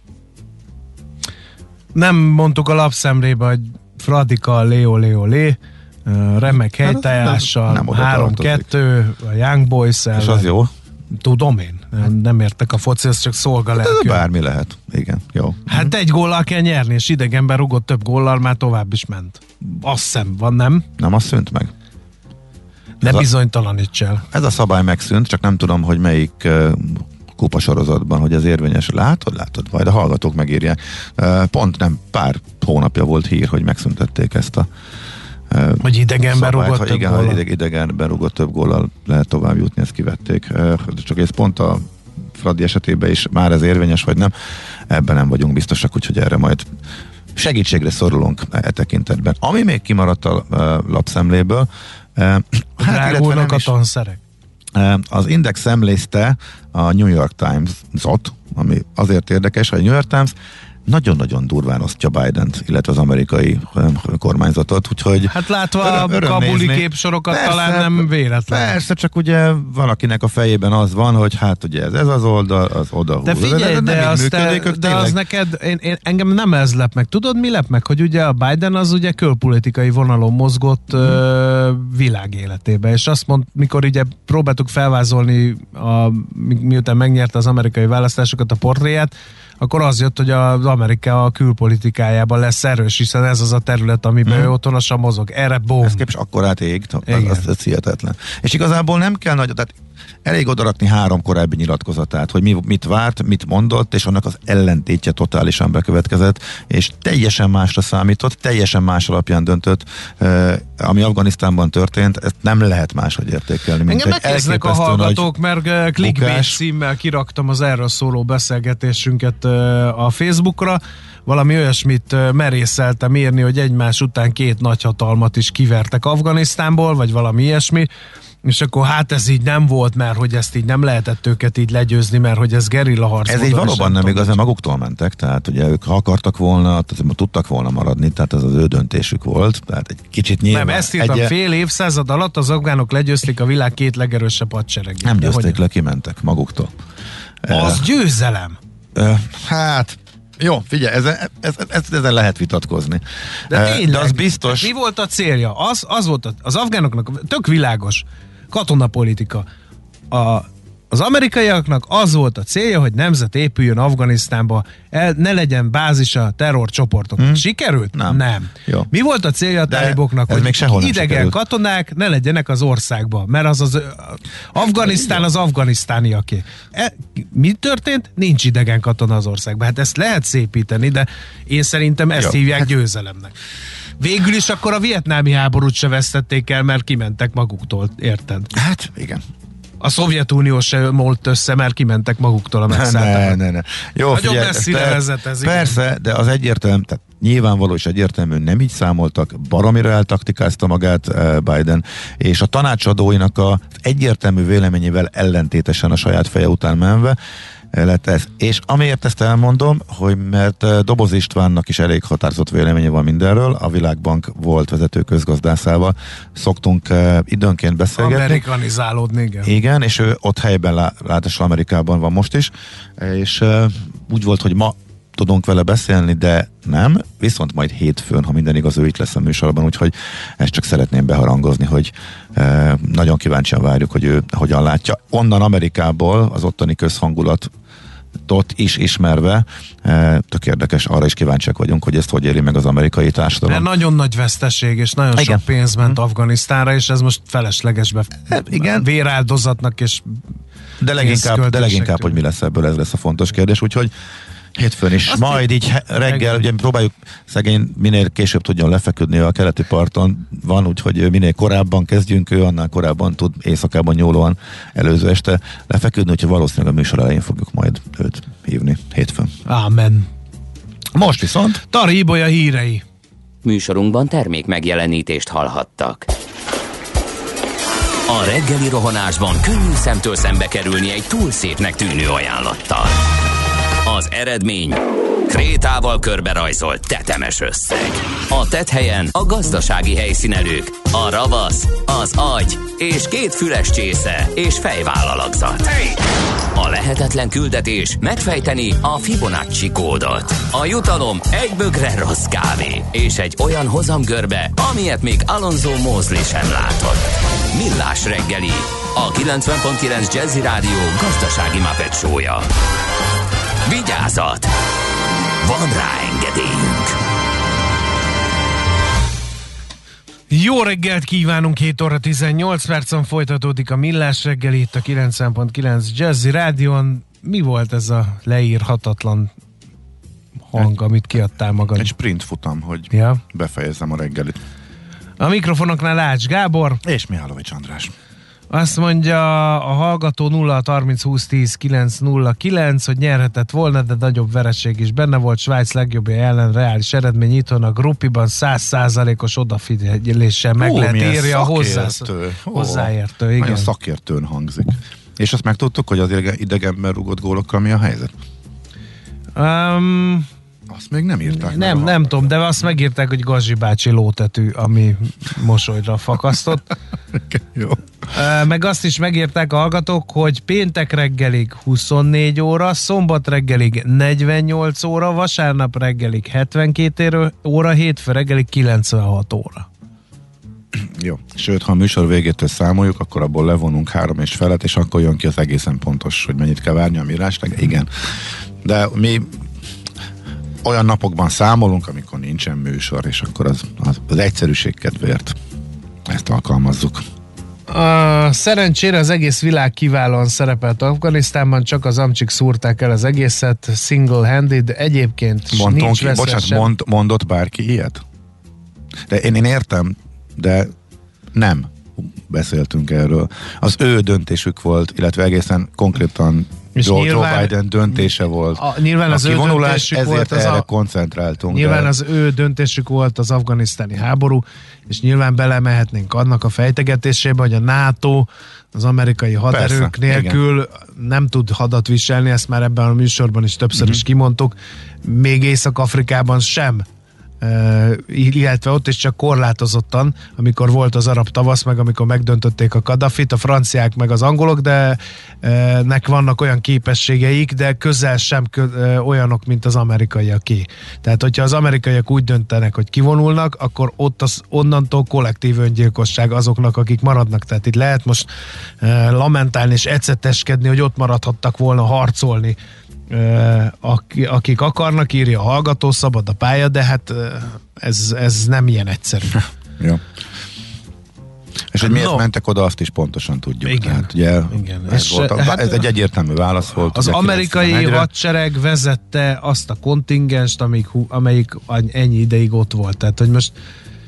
Nem mondtuk a lapszemlébe, hogy Fradika, Lé, remek helytállással, 3-2, a Young Boys-el. És az jó? Tudom én, nem értek a foci, ez csak szolgalelkű. Bármi lehet, igen, jó. Hát egy góllal kell nyerni, és idegenben rugott több góllal, már tovább is ment. Azt hiszem van, nem? Nem, az szűnt meg. Ne bizonytalaníts el. Ez a szabály megszűnt, csak nem tudom, hogy melyik kupasorozatban, hogy ez érvényes. Látod, majd a hallgatók megírják. Pont nem pár hónapja volt hír, hogy megszüntették ezt a hogy idegenben rugott több góllal. Igen, idegenben rugott több góllal lehet tovább jutni, ezt kivették. Csak ez pont a Fradi esetében is már ez érvényes, vagy nem. Ebben nem vagyunk biztosak, úgyhogy erre majd segítségre szorulunk tekintetben. Ami még kimaradt a lapszemléből, drágulnak a tanszerek. Az Index szemlézte a New York Times-ot, ami azért érdekes, hogy a New York Times nagyon-nagyon durván osztja Bident, illetve az amerikai kormányzatot, úgyhogy hát látva a kabuli képsorokat persze, talán nem véletlen. Persze, csak ugye valakinek a fejében az van, hogy hát ugye ez az oldal, az oda de figyelj, de az neked, engem nem ez lep meg. Tudod, mi lep meg? Hogy ugye a Biden az ugye külpolitikai vonalon mozgott világéletébe, és azt mond, mikor ugye próbáltuk felvázolni, miután megnyerte az amerikai választásokat a portréját, akkor az jött, hogy az Amerika a külpolitikájában lesz erős, hiszen ez az a terület, amiben ő otthonosan mozog. Erre bom. Ez képes akkorát ég, az hihetetlen. És igazából nem kell nagy, tehát elég odarakni 3 korábbi nyilatkozatát, hogy mit várt, mit mondott, és annak az ellentétje totálisan bekövetkezett, és teljesen másra számított, teljesen más alapján döntött, ami Afganisztánban történt, ezt nem lehet máshogy értékelni. Engem megkérdeznek a hallgatók, mert clickbait címmel kiraktam az erről szóló beszélgetésünket a Facebookra, valami olyasmit merészeltem írni, hogy egymás után 2 nagyhatalmat is kivertek Afganisztánból, vagy valami ilyesmi, és akkor hát ez így nem volt, mert hogy ezt így nem lehetett őket így legyőzni, mert hogy ez gerilla harc. Ez így valóban nem igaz, mert maguktól mentek, tehát ugye ők ha akartak volna, tudtak volna maradni, tehát ez az ő döntésük volt, tehát egy kicsit nyilván. Nem, ezt írtam, fél évszázad alatt az afgánok legyőzték a világ 2 legerősebb hadseregét. Nem győzték le, kimentek maguktól. Az győzelem! Hát... Jó, figyelj, ezzel lehet vitatkozni. De tényleg, de az biztos... Mi volt a célja? Az volt az afgánoknak tök világos katonapolitika. Az amerikaiaknak az volt a célja, hogy nemzet épüljön Afganisztánba, ne legyen bázisa terrorcsoportoknak. Sikerült? Nem. Jó. Mi volt a célja a táliboknak, hogy idegen katonák ne legyenek az országban, mert az Afganisztán az afganisztániaké. Mi történt? Nincs idegen katona az országban. Hát ezt lehet szépíteni, de én szerintem ezt hívják győzelemnek. Végül is akkor a vietnámi háborút se vesztették el, mert kimentek maguktól, érted? Hát, igen. A Szovjetunió se molt össze, mert kimentek maguktól a megszálltak. Ne. Jó, nagyon messzire vezet ez. Persze, igen. De az egyértelmű, tehát nyilvánvaló és egyértelműen nem így számoltak, baromira eltaktikázta magát Biden, és a tanácsadóinak az egyértelmű véleményével ellentétesen a saját feje után menve lett ez. És amiért ezt elmondom, hogy mert Doboz Istvánnak is elég határozott véleménye van mindenről, a Világbank volt vezető közgazdászával szoktunk időnként beszélgetni. Amerikanizálódni, igen. Igen, és ő ott helyben, ráadásul Amerikában van most is, és úgy volt, hogy ma tudunk vele beszélni, de nem, viszont majd hétfőn, ha minden igaz, ő itt lesz a műsorban, úgyhogy ezt csak szeretném beharangozni, hogy nagyon kíváncsian várjuk, hogy ő hogyan látja. Onnan Amerikából az ottani közhangulatot is ismerve, tök érdekes, arra is kíváncsiak vagyunk, hogy ezt hogy éri meg az amerikai társadalom. Mert nagyon nagy veszteség, és nagyon sok pénz ment Afganisztánra, és ez most feleslegesbe véráldozatnak, és de leginkább, hogy mi lesz ebből, ez lesz a fontos kérdés, úgyhogy hétfőn is. Azt majd így reggel, ugye próbáljuk szegény minél később tudjon lefeküdni, a keleti parton van, úgyhogy minél korábban kezdjünk, ő annál korábban tud éjszakában nyúlóan előző este lefeküdni, úgyhogy valószínűleg a műsor elején fogjuk majd őt hívni hétfőn. Ámen. Most viszont Tari Ibolya hírei. Műsorunkban termék megjelenítést hallhattak. A reggeli rohanásban könnyű szemtől szembe kerülni egy túl szépnek tűnő ajánlattal. Az eredmény krétával körberajzolt tetemes összeg. A tetthelyen a gazdasági helyszínelők, a ravasz, az agy és 2 füles csésze és fejvállalakzat. A lehetetlen küldetés megfejteni a Fibonacci kódot. A jutalom egy bögre rossz kávé és egy olyan hozamgörbe, amilyet még Alonso Mosley sem látott. Millás reggeli, a 90.9 Jazzy Rádió gazdasági Muppet show-ja. Vigyázat! Van rá engedélyünk! Jó reggelt kívánunk, 7 óra 18 percen folytatódik a Millás reggeli itt a 90.9 Jazzy Rádión. Mi volt ez a leírhatatlan hang, amit kiadtál magad? Egy sprint futam, hogy befejezzem a reggelit. A mikrofonoknál Ács Gábor és Mihálovics András. Azt mondja a hallgató 0-30-20-10-9-0-9, hogy nyerhetett volna, de nagyobb vereség is benne volt. Svájc legjobbja ellen reális eredmény itthon a Gruppiban 100%-os odafigyeléssel meg lehet írja a hozzáértő. Igen. Nagyon szakértőn hangzik. És azt megtudtuk, hogy az idegenben rúgott gólokkal mi a helyzet? Azt még nem írták. Nem tudom, de azt megírták, hogy Gazsi bácsi lótetű, ami mosolyra fakasztott. Jó. Meg azt is megírták a hallgatók, hogy péntek reggelig 24 óra, szombat reggelig 48 óra, vasárnap reggelig 72 óra, hétfő reggelig 96 óra. Jó. Sőt, ha a műsor végétől számoljuk, akkor abból levonunk 3,5, és akkor jön ki az egészen pontos, hogy mennyit kell várni a mírásnak. Igen. De mi olyan napokban számolunk, amikor nincsen műsor, és akkor az egyszerűség kedvéért ezt alkalmazzuk. Szerencsére az egész világ kiválóan szerepelt Afganisztánban, csak az amcsik szúrták el az egészet, single-handed, egyébként nincs veszélyesen. Mondott bárki ilyet? De én értem, de nem beszéltünk erről. Az ő döntésük volt, illetve egészen konkrétan Joe Biden döntése volt. Nyilván az ő döntésük volt, ezért erre koncentráltunk. Nyilván az ő döntésük volt az afganisztáni háború, és nyilván belemehetnénk annak a fejtegetésébe, hogy a NATO az amerikai haderők nélkül nem tud hadat viselni, ezt már ebben a műsorban is többször is kimondtuk, még Észak-Afrikában sem, illetve ott is csak korlátozottan, amikor volt az arab tavasz, meg amikor megdöntötték a Kadhafit, a franciák meg az angolok, de nek vannak olyan képességeik, de közel sem olyanok, mint az amerikaiaké. Tehát, hogyha az amerikaiak úgy döntenek, hogy kivonulnak, akkor ott onnantól kollektív öngyilkosság azoknak, akik maradnak. Tehát itt lehet most lamentálni és eceteskedni, hogy ott maradhattak volna harcolni, akik akarnak, írja a hallgató, szabad a pálya, de hát ez nem ilyen egyszerű. Jó. És hogy miért mentek oda, azt is pontosan tudjuk. Igen. Hát, ugye, igen. Ez egy egyértelmű válasz volt. Az amerikai hadsereg vezette azt a kontingenst, amelyik ennyi ideig ott volt. Tehát, hogy most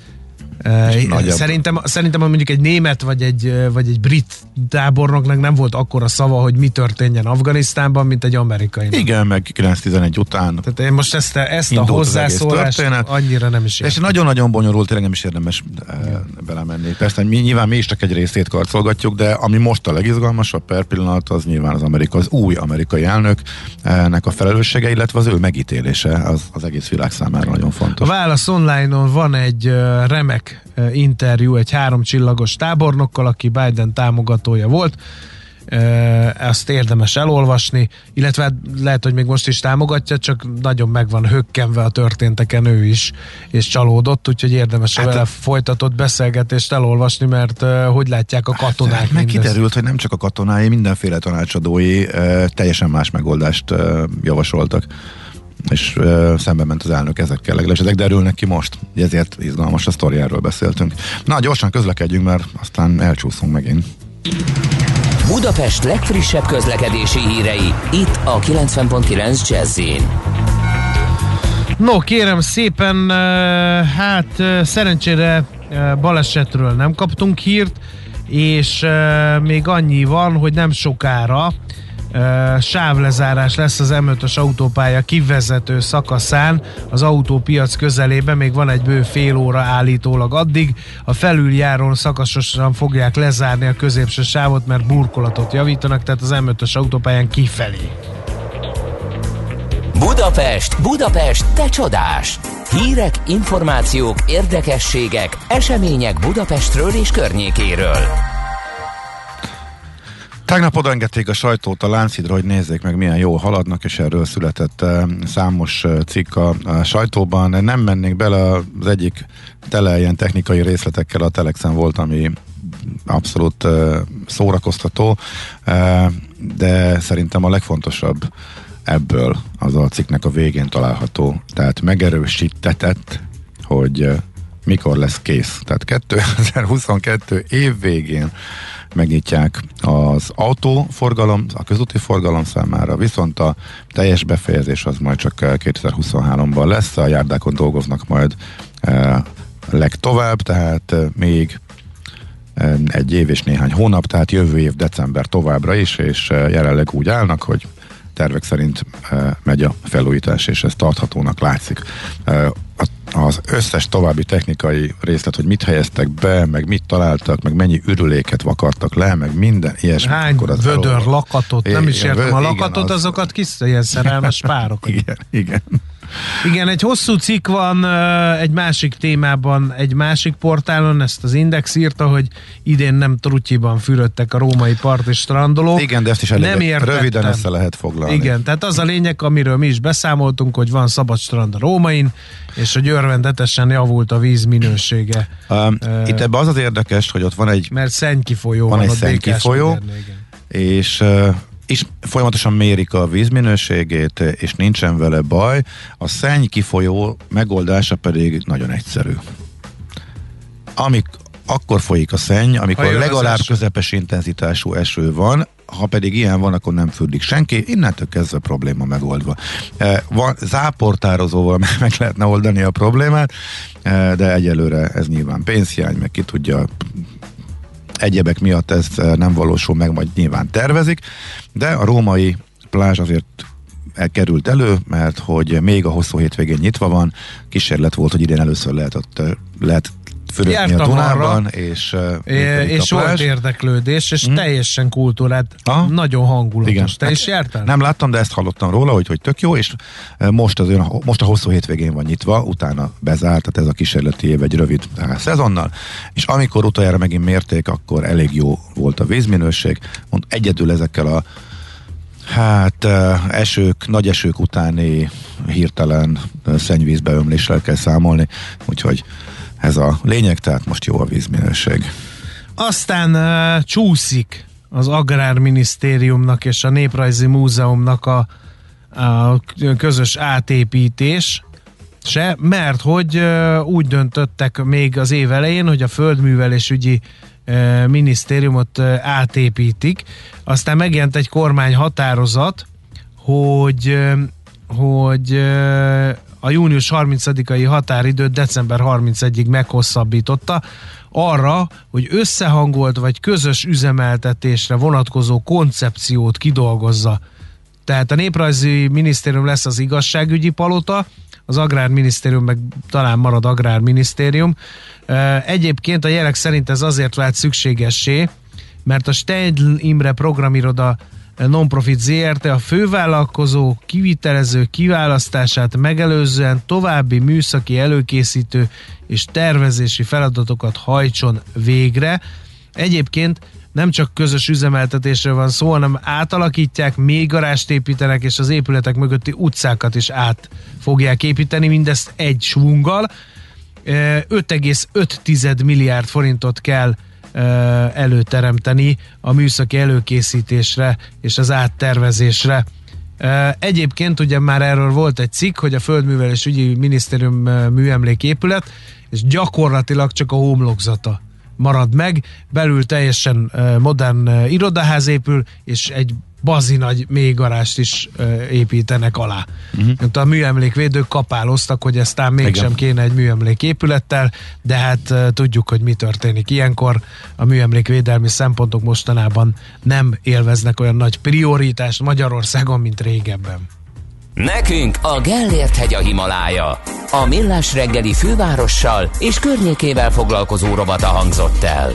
Szerintem mondjuk egy német vagy egy brit tábornoknak nem volt akkora szava, hogy mi történjen Afganisztánban, mint egy amerikai. Igen, meg 9-11 után. Tehát én most ezt a hozzászólást annyira nem is értem. És nagyon-nagyon bonyolult, tényleg nem is érdemes belemenni. Persze nyilván mi is csak egy részét karcolgatjuk, de ami most a legizgalmasabb per pillanat, az nyilván az új amerikai elnöknek a felelőssége, illetve az ő megítélése az egész világ számára nagyon fontos. A Válasz Online-on van egy remek interjú egy 3 csillagos tábornokkal, aki Biden támogatója volt. Ezt érdemes elolvasni, illetve lehet, hogy még most is támogatja, csak nagyon meg van hökkenve a történteken ő is, és csalódott, úgyhogy érdemes vele folytatott beszélgetést elolvasni, mert hogy látják a katonák meg kiderült, hogy nem csak a katonái, mindenféle tanácsadói teljesen más megoldást javasoltak, és szembe ment az elnök ezekkel, legalábbis ezek derülnek ki most. Ezért izgalmas a sztori, erről beszéltünk. Na, gyorsan közlekedjünk, mert aztán elcsúszunk megint. Budapest legfrissebb közlekedési hírei, itt a 90.9 Jazz-in. No, kérem szépen, hát szerencsére balesetről nem kaptunk hírt, és még annyi van, hogy nem sokára sávlezárás lesz az M5-ös autópálya kivezető szakaszán, az autópiac közelében, még van egy bő fél óra állítólag addig. A felüljáron szakaszosan fogják lezárni a középső sávot, mert burkolatot javítanak, tehát az M5-ös autópályán kifelé. Budapest, te csodás! Hírek, információk, érdekességek, események Budapestről és környékéről. Tegnap odaengedték a sajtót a Lánchídra, hogy nézzék meg, milyen jól haladnak, és erről született számos cikk a sajtóban. Nem mennék bele, az egyik tele ilyen technikai részletekkel a Telexen volt, ami abszolút szórakoztató, de szerintem a legfontosabb ebből az a cikknek a végén található. Tehát megerősítetett, hogy mikor lesz kész. Tehát 2022 év végén megnyitják az autóforgalom, a közúti forgalom számára, viszont a teljes befejezés az majd csak 2023-ban lesz, a járdákon dolgoznak majd legtovább, tehát még egy év és néhány hónap, tehát jövő év december továbbra is, és jelenleg úgy állnak, hogy tervek szerint megy a felújítás, és ez tarthatónak látszik. Az összes további technikai részlet, hogy mit helyeztek be, meg mit találtak, meg mennyi ürüléket vakartak le, meg minden ilyesmi. Hány vödör lakatot, nem is értem a lakatot, azokat kis ilyen szerelmes párok. Igen. Igen, egy hosszú cikk van egy másik témában, egy másik portálon, ezt az Index írta, hogy idén nem trutyiban fürödtek a római part és strandolók. Igen, de ezt is röviden össze lehet foglalni. Igen, tehát az a lényeg, amiről mi is beszámoltunk, hogy van szabad strand a Rómain, és hogy örvendetesen javult a víz minősége. Itt ebben az érdekes, hogy ott van egy... Mert szennykifolyó van egy ott szennykifolyó, és folyamatosan mérik a vízminőségét, és nincsen vele baj. A szennykifolyó megoldása pedig nagyon egyszerű. Akkor folyik a szenny, amikor legalább közepes intenzitású eső van, ha pedig ilyen van, akkor nem fürdik senki, innentől kezdve probléma megoldva. Záportározóval meg lehetne oldani a problémát, de egyelőre ez nyilván pénzhiány, meg ki tudja, egyebek miatt ez nem valósul meg, majd nyilván tervezik, de a római plázs azért került elő, mert hogy még a hosszú hétvégén nyitva van, kísérlet volt, hogy idén először lehet fürödni a Dunában, és volt érdeklődés, és teljesen kultúrát, nagyon hangulatos. Igen. Te is jártál? Nem láttam, de ezt hallottam róla, hogy tök jó, és most a hosszú hétvégén van nyitva, utána bezárt, tehát ez a kísérleti év egy rövid szezonnal, és amikor utoljára megint mérték, akkor elég jó volt a vízminőség, egyedül ezekkel a nagy esők utáni hirtelen szennyvízbeömléssel kell számolni, úgyhogy ez a lényeg, tehát most jó a vízminőség. Aztán csúszik az Agrárminisztériumnak és a Néprajzi Múzeumnak a közös átépítés se, mert hogy úgy döntöttek még az év elején, hogy a Földművelésügyi minisztériumot átépítik. Aztán megjelent egy kormányhatározat, hogy a június 30-ai határidőt december 31-ig meghosszabbította arra, hogy összehangolt vagy közös üzemeltetésre vonatkozó koncepciót kidolgozza. Tehát a Néprajzi Minisztérium lesz az igazságügyi palota, az Agrárminisztérium meg talán marad Agrárminisztérium. Egyébként a jelek szerint ez azért vált szükségessé, mert a Steindl Imre programiroda non-profit ZRT a fővállalkozó kivitelező kiválasztását megelőzően további műszaki előkészítő és tervezési feladatokat hajtson végre. Egyébként nem csak közös üzemeltetésről van szó, hanem átalakítják, még garást építenek, és az épületek mögötti utcákat is át fogják építeni, mindezt egy svunggal. 5,5 milliárd forintot kell előteremteni a műszaki előkészítésre és az áttervezésre. Egyébként ugye már erről volt egy cikk, hogy a Földművelésügyi Minisztérium műemléképület, és gyakorlatilag csak a homlokzata marad meg, belül teljesen modern irodaház épül, és egy bazinagy mélygarást is építenek alá. A műemlékvédők kapáloztak, hogy eztán mégsem kéne egy műemléképülettel, de hát tudjuk, hogy mi történik ilyenkor. A műemlékvédelmi szempontok mostanában nem élveznek olyan nagy prioritást Magyarországon, mint régebben. Nekünk a Gellért-hegy a Himalája. A Millás reggeli fővárossal és környékével foglalkozó rovata hangzott el.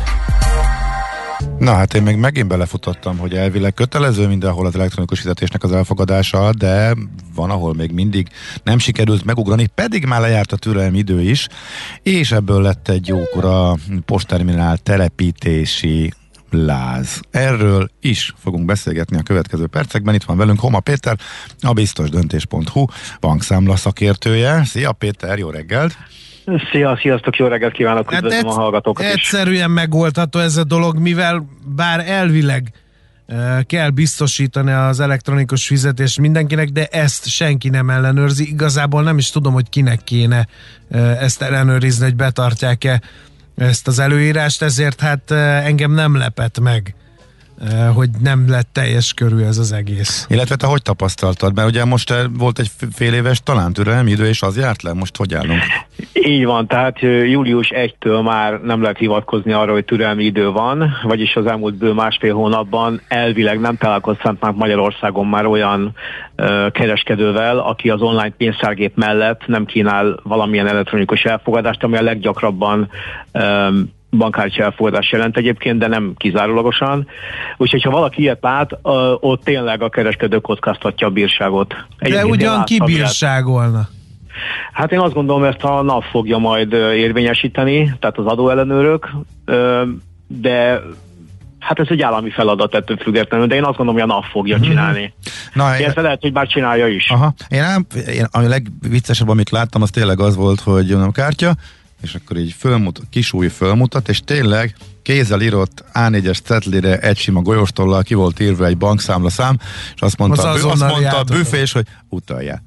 Na hát én meg megint belefutottam, hogy elvileg kötelező mindenhol az elektronikus fizetésnek az elfogadása, de van, ahol még mindig nem sikerült megugrani, pedig már lejárt a türelmi idő is, és ebből lett egy jókora postterminál telepítési láz. Erről is fogunk beszélgetni a következő percekben. Itt van velünk Homa Péter, a biztosdöntés.hu bankszámla szakértője. Szia Péter, jó reggelt! Sziasztok, jó reggelt kívánok, üdvözlöm a hallgatókat is. Egyszerűen megoldható ez a dolog, mivel bár elvileg kell biztosítani az elektronikus fizetést mindenkinek, de ezt senki nem ellenőrzi. Igazából nem is tudom, hogy kinek kéne ezt ellenőrizni, hogy betartják-e ezt az előírást, ezért hát engem nem lepett meg, hogy nem lett teljes körű ez az egész. Illetve te hogy tapasztaltad? Mert ugye most volt egy fél éves talán türelmi idő, és az járt le, most hogy állunk? Így van, tehát július 1-től már nem lehet hivatkozni arra, hogy türelmi idő van, vagyis az elmúlt bő másfél hónapban elvileg nem találkozhatnánk Magyarországon már olyan kereskedővel, aki az online pénztárgép mellett nem kínál valamilyen elektronikus elfogadást, ami a leggyakrabban bankkártya elfogadás jelent egyébként, de nem kizárólagosan. Úgyhogy ha valaki ilyet lát, ott tényleg a kereskedő kockáztatja a bírságot. De ugyan kibírságolna? Hát én azt gondolom, ezt a NAV fogja majd érvényesíteni, tehát az adóellenőrök, de hát ez egy állami feladat ettől függetlenül, de én azt gondolom, hogy a NAV fogja csinálni. Illetve lehet, hogy már csinálja is. Aha. Én ami legviccesebb, amit láttam, az tényleg az volt, hogy jön a kártya, és akkor így kisúly fölmutat, és tényleg kézzel írott A4-es cetlire egy sima golyóstollal ki volt írva egy bankszámlaszám, és azt mondta a büfés, hogy utaljál.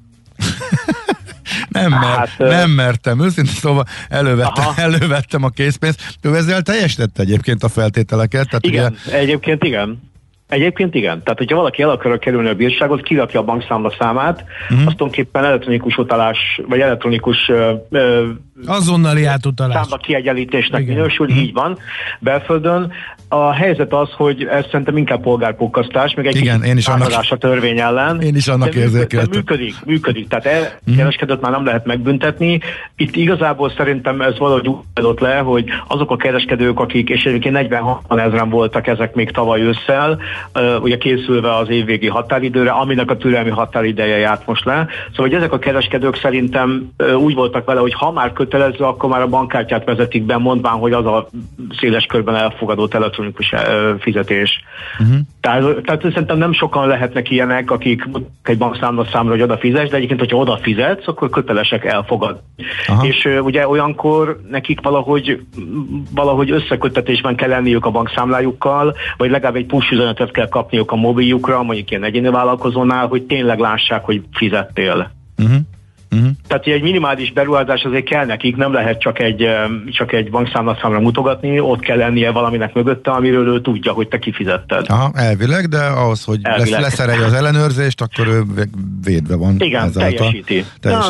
Nem mertem, őszintén szóval elővettem a készpénzt. Ő ezzel teljesítette egyébként a feltételeket. Tehát igen, ugye... Egyébként igen. Tehát, hogyha valaki el akar kerülni a bírságot, kirakja a bankszámla számát, azt tulajdonképpen elektronikus utalás, vagy elektronikus azonnali átutalás. Számla kiegyenlítésnek minősül, így van, belföldön. A helyzet az, hogy ez szerintem inkább polgárpukkasztás, meg egy kicsit támadás a törvény ellen. Én is annak érzékeltem. Működik. Tehát kereskedőt már nem lehet megbüntetni. Itt igazából szerintem ez valahogy úgy adott le, hogy azok a kereskedők, akik, és egyébként 40-60 ezeren voltak ezek még tavaly ősszel, ugye készülve az évvégi határidőre, aminek a türelmi határideje járt most le. Szóval, hogy ezek a kereskedők szerintem úgy voltak vele, hogy ha már kötelező, akkor már a bankkártyát vezetik be, mondván, hogy az a széles körben elfogadott elektronikus fizetés. Tehát szerintem nem sokan lehetnek ilyenek, akik egy bankszámla, hogy oda fizes, de egyébként, hogyha oda fizetsz, akkor kötelesek elfogadni. És ugye olyankor nekik valahogy összeköttetésben kell lenniük a bankszámlájukkal, vagy legalább egy push üzenetet kell kapniuk a mobiljukra, mondjuk ilyen egyéni vállalkozónál, hogy tényleg lássák, hogy fizettél. Tehát egy minimális beruházás azért kell nekik, nem lehet csak egy bankszámlaszámra mutogatni, ott kell lennie valaminek mögötte, amiről ő tudja, hogy te kifizetted. Aha, elvileg, de ahhoz, hogy leszerelje az ellenőrzést, akkor ő védve van. Igen, teljesíti.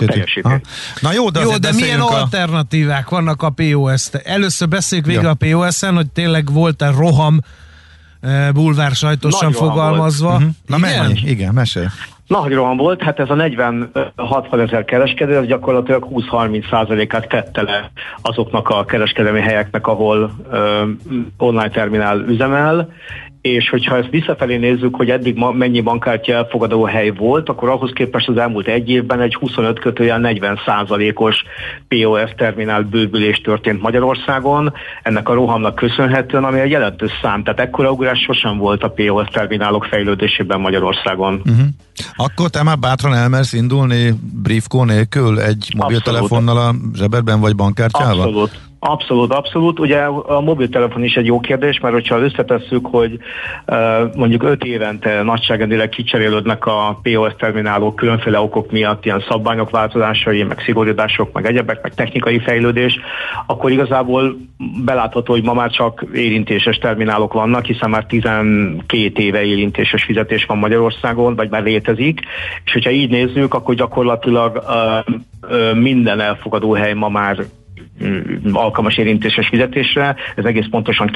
Na jó, de milyen alternatívák vannak a POS-t? Először beszéljük végig a POS-en, hogy tényleg volt-e roham bulvár sajtosan fogalmazva. Na igen, mesélj. Nagy roham volt, hát ez a 40-60 ezer kereskedő, ez gyakorlatilag 20-30%-át tette le azoknak a kereskedelmi helyeknek, ahol online terminál üzemel, és hogyha ezt visszafelé nézzük, hogy eddig mennyi bankkártya elfogadó hely volt, akkor ahhoz képest az elmúlt egy évben egy 25-40%-os POS terminál bővülés történt Magyarországon, ennek a rohamnak köszönhetően, ami egy jelentős szám, tehát ekkora ugrás sosem volt a POS terminálok fejlődésében Magyarországon. Akkor te már bátran elmersz indulni briefkó nélkül egy mobiltelefonnal a zsebedben vagy bankkártyával? Abszolút. Ugye a mobiltelefon is egy jó kérdés, mert hogyha összetesszük, hogy mondjuk 5 évente nagyságrendileg kicserélődnek a POS terminálok különféle okok miatt, ilyen szabványok változásai, meg szigorítások, meg egyebek, meg technikai fejlődés, akkor igazából belátható, hogy ma már csak érintéses terminálok vannak, hiszen már 12 éve érintéses fizetés van Magyarországon, vagy már létezik, és hogyha így nézzük, akkor gyakorlatilag minden elfogadó hely ma már alkalmas érintéses fizetésre, ez egész pontosan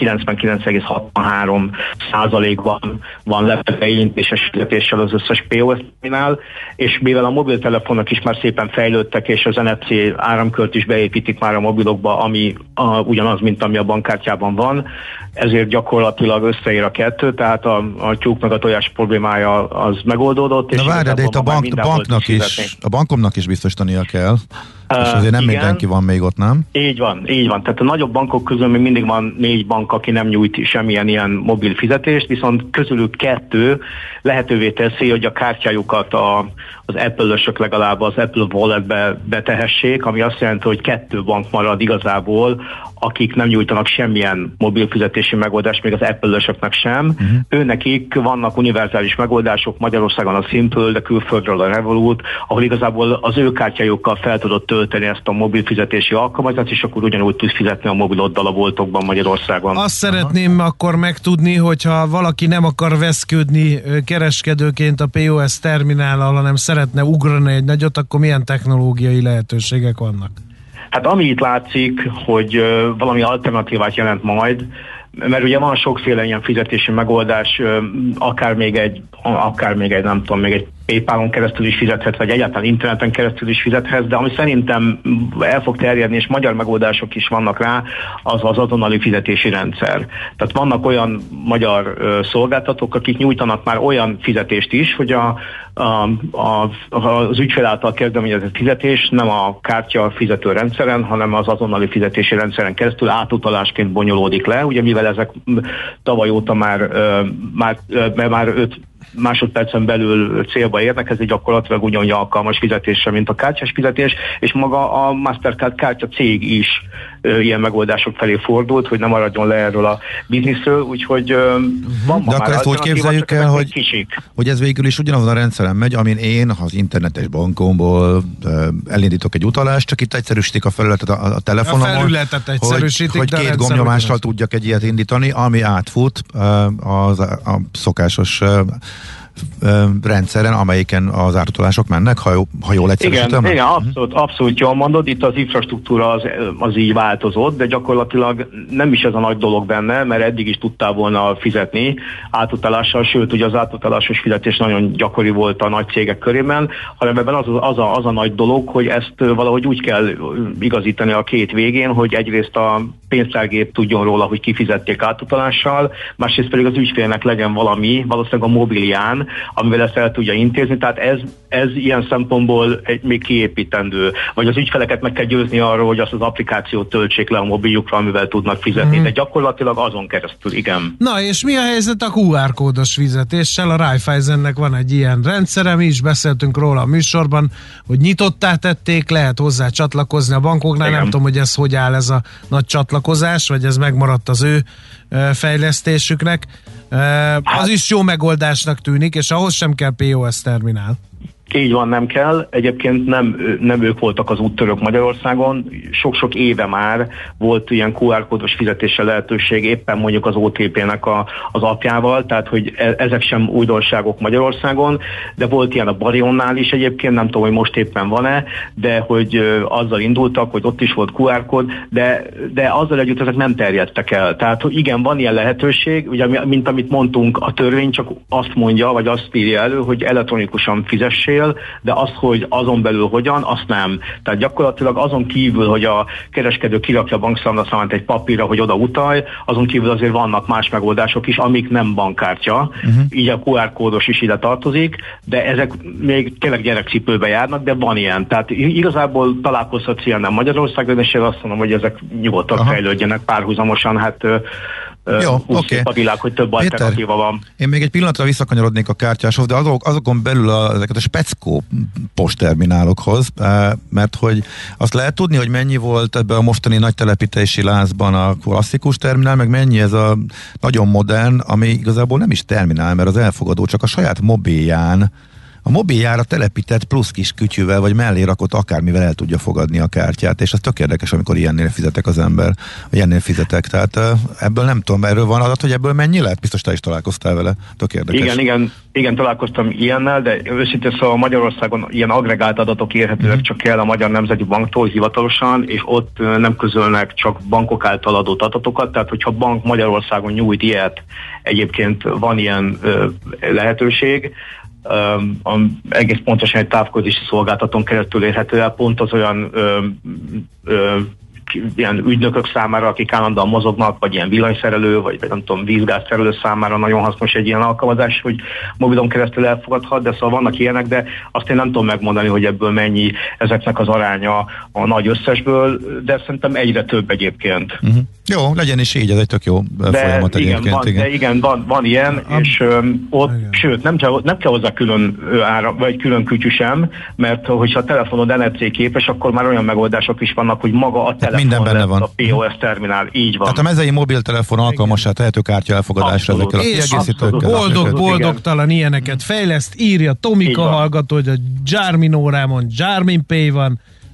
99,63%-ban van levetve érintéses fizetéssel az összes POS terminál, és mivel a mobiltelefonok is már szépen fejlődtek, és az NFC áramkört is beépítik már a mobilokba, ami ugyanaz, mint ami a bankkártyában van, ezért gyakorlatilag összeér a kettő, tehát a tyúk meg a tojás problémája az megoldódott. Na várj, de itt a bankomnak is biztosítania kell. És azért nem mindenki van még ott, nem? Így van. Tehát a nagyobb bankok közül még mindig van 4 bank, aki nem nyújt semmilyen ilyen mobil fizetést, viszont közülük 2 lehetővé teszi, hogy a kártyájukat az Apple-ösök legalább az Apple Walletbe betehessék, ami azt jelenti, hogy 2 bank marad igazából, akik nem nyújtanak semmilyen mobil fizetési megoldást, még az Apple-ösöknek sem. Őnekik vannak univerzális megoldások, Magyarországon a Simple, de külföldről a Revolut, ahol igazából az ő kártyájukkal fel tudod tölteni ezt a mobil fizetési alkalmazást, és akkor ugyanúgy tudsz fizetni a mobiloddal a boltokban Magyarországon. Azt szeretném akkor megtudni, hogyha valaki nem akar veszködni kereskedőként a POS terminállal, hanem szeretne ugrani egy nagyot, akkor milyen technológiai lehetőségek vannak? Hát ami itt látszik, hogy valami alternatívát jelent majd, mert ugye van sokféle ilyen fizetési megoldás, akár még egy nem tudom, még egy PayPal-on keresztül is fizethetsz, vagy egyáltalán interneten keresztül is fizethetsz, de ami szerintem el fog terjedni, és magyar megoldások is vannak rá, az az azonnali fizetési rendszer. Tehát vannak olyan magyar szolgáltatók, akik nyújtanak már olyan fizetést is, hogy az ügyfél által kezdeményezett fizetés nem a kártya fizető rendszeren, hanem az azonnali fizetési rendszeren keresztül átutalásként bonyolódik le, ugye mivel ezek tavaly óta már 5 másodpercen belül célba érnek, ez egy gyakorlatilag ugyanúgy alkalmas fizetésre, mint a kártyás fizetés, és maga a Mastercard kártya cég is ilyen megoldások felé fordult, hogy nem maradjon le erről a bizniszről, úgyhogy van de akkor ezt úgy képzeljük el, hogy ez végül is ugyanazon a rendszeren megy, amin én az internetes bankomból elindítok egy utalást, csak itt egyszerűsítik a felületet a telefonomon, a felületet egyszerűsítik, hogy 2 gombnyomással tudjak egy ilyet indítani, ami átfut a szokásos rendszeren, amelyiken az átutalások mennek, ha jól egyszerűsítem? Igen, abszolút jól mondod, itt az infrastruktúra az így változott, de gyakorlatilag nem is ez a nagy dolog benne, mert eddig is tudtál volna fizetni átutalással, sőt, ugye az átutalásos fizetés nagyon gyakori volt a nagy cégek körében, hanem ebben az a nagy dolog, hogy ezt valahogy úgy kell igazítani a két végén, hogy egyrészt a pénztárgép tudjon róla, hogy kifizették átutalással, másrészt pedig az ügyfélnek legyen valami, valószínűleg a mobilján, amivel ezt el tudja intézni, tehát ez ilyen szempontból még kiépítendő. Vagy az ügyfeleket meg kell győzni arról, hogy azt az applikációt töltsék le a mobiljukra, amivel tudnak fizetni, de gyakorlatilag azon keresztül, igen. Na és mi a helyzet a QR kódos fizetéssel? A Raiffeisennek van egy ilyen rendszere, mi is beszéltünk róla a műsorban, hogy nyitottá tették, lehet hozzá csatlakozni a bankoknál, igen. Nem tudom, hogy ez hogy áll ez a nagy csatlakozás, vagy ez megmaradt az ő fejlesztésüknek. Az is jó megoldásnak tűnik, és ahhoz sem kell POS terminál. Így van, nem kell. Egyébként nem ők voltak az úttörők Magyarországon. Sok-sok éve már volt ilyen QR kódos fizetéssel lehetőség, éppen mondjuk az OTP-nek az apjával, tehát hogy ezek sem újdonságok Magyarországon, de volt ilyen a Barionnál is egyébként, nem tudom, hogy most éppen van-e, de hogy azzal indultak, hogy ott is volt QR kód, de azzal együtt ezek nem terjedtek el. Tehát hogy igen, van ilyen lehetőség, ugye, mint amit mondtunk, a törvény csak azt mondja, vagy azt írja elő, hogy elektronikusan fizessél, de az, hogy azon belül hogyan, azt nem. Tehát gyakorlatilag azon kívül, hogy a kereskedő kirakja a bankszámlaszámát egy papírra, hogy oda utalj, azon kívül azért vannak más megoldások is, amik nem bankkártya. Így a QR kódos is ide tartozik, de ezek még tényleg gyerekcipőbe járnak, de van ilyen. Tehát igazából találkozhatsz ilyennel Magyarországon, és én azt mondom, hogy ezek nyugodtan fejlődjenek párhuzamosan, hát jó, oké. A világ, hogy több alternatíva van. Én még egy pillanatra visszakanyarodnék a kártyáshoz, de azokon belül ezeket a speckó postterminálokhoz, mert hogy azt lehet tudni, hogy mennyi volt ebben a mostani nagy telepítési lázban a klasszikus terminál, meg mennyi ez a nagyon modern, ami igazából nem is terminál, mert az elfogadó csak a saját mobilján, a mobiljára telepített plusz kis kütyűvel, vagy mellé rakott akármivel el tudja fogadni a kártyát, és ez tök érdekes, amikor ilyennél fizetek az ember, vagy ilyennél fizetek, tehát ebből nem tudom, erről van adat, hogy ebből mennyi lehet? Biztos te is találkoztál vele, tök érdekes. Igen, találkoztam ilyennel, de őszintén szóval Magyarországon ilyen agregált adatok érhetőek csak el a Magyar Nemzeti Banktól hivatalosan, és ott nem közölnek csak bankok által adott adatokat, tehát hogyha bank Magyarországon nyújt ilyet, egyébként van ilyen lehetőség, egész pontosan egy távközlési szolgáltatón keresztül érhető el, pont az olyan ilyen ügynökök számára, akik állandóan mozognak, vagy ilyen villanyszerelő, vagy nem tudom, vízgázszerelő számára nagyon hasznos egy ilyen alkalmazás, hogy mobilon keresztül elfogadhat, de szóval vannak ilyenek, de azt én nem tudom megmondani, hogy ebből mennyi ezeknek az aránya a nagy összesből, de szerintem egyre több egyébként. Jó, legyen is így, ez egy tök jó folyamat egyébként. De igen, van ilyen, és ott, sőt, nem kell hozzá külön ára, vagy külön kütyű sem, mert hogyha a telefonod NFC képes, akkor már olyan megoldások is vannak, hogy maga a telefon minden benne van. A POS terminál, így van. Tehát a mezei mobiltelefon alkalmassá tehető kártya elfogadásra ezekkel a kiegészítőkkel. Boldogtalan ilyeneket fejleszt, írja Tomika hallgató, hogy a Garmin órámon Garmin Pay van,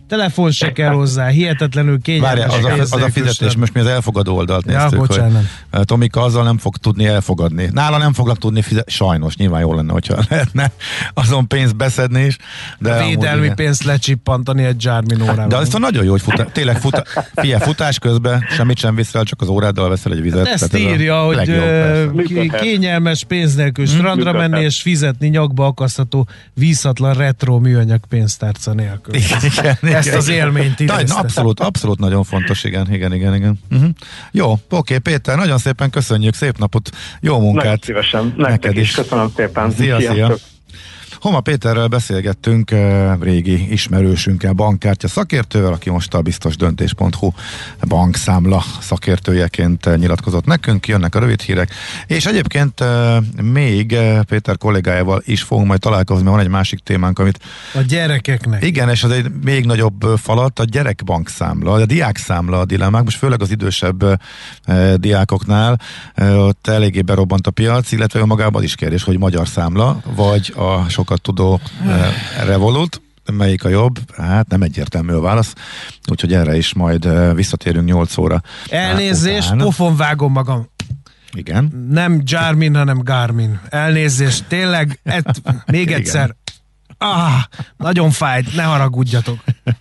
telefon se kell hozzá, hihetetlenül kényelmes. Várjál, az a fizetés, most mi az elfogadó oldalt néztük, bocsánat. hogy Tomika azzal nem fog tudni elfogadni. Nála nem foglak tudni sajnos, nyilván jó lenne, hogyha lehetne azon pénzt beszedni is. De védelmi pénzt lecsippantani egy Garmin órával. De azt nagyon jó, hogy tényleg futás közben semmit sem viszel, csak az óráddal veszel egy vizet. Ezt írja, hogy kényelmes pénz nélkül strandra menni és fizetni nyakba akasztható vízhatlan retro műanyag pénztárca nélkül. Igen, ezt az élményt idézte. Abszolút nagyon fontos, igen. Jó, oké, Péter, nagyon szépen köszönjük, szép napot, jó munkát. Nagyon szívesen, neked is. Köszönöm szépen. Szia. Homa Péterrel beszélgettünk, régi ismerősünkkel, bankkártya szakértővel, aki most a biztosdöntés.hu bankszámla szakértőjeként nyilatkozott nekünk, jönnek a rövid hírek, és egyébként még Péter kollégájával is fogunk majd találkozni, mert van egy másik témánk, amit... A gyerekeknek. Igen, és az egy még nagyobb falat, a gyerekbankszámla, a diákszámla a dilemmák, most főleg az idősebb diákoknál ott eléggé berobbant a piac, illetve magában is kérdés, hogy magyar számla, vagy a sokat tudó Revolut, melyik a jobb? Hát nem egyértelmű a válasz, úgyhogy erre is majd visszatérünk 8 óra. Elnézést, pofon vágom magam. Igen. Nem Garmin, hanem Garmin. Elnézést, tényleg, még egyszer. Nagyon fájt, ne haragudjatok.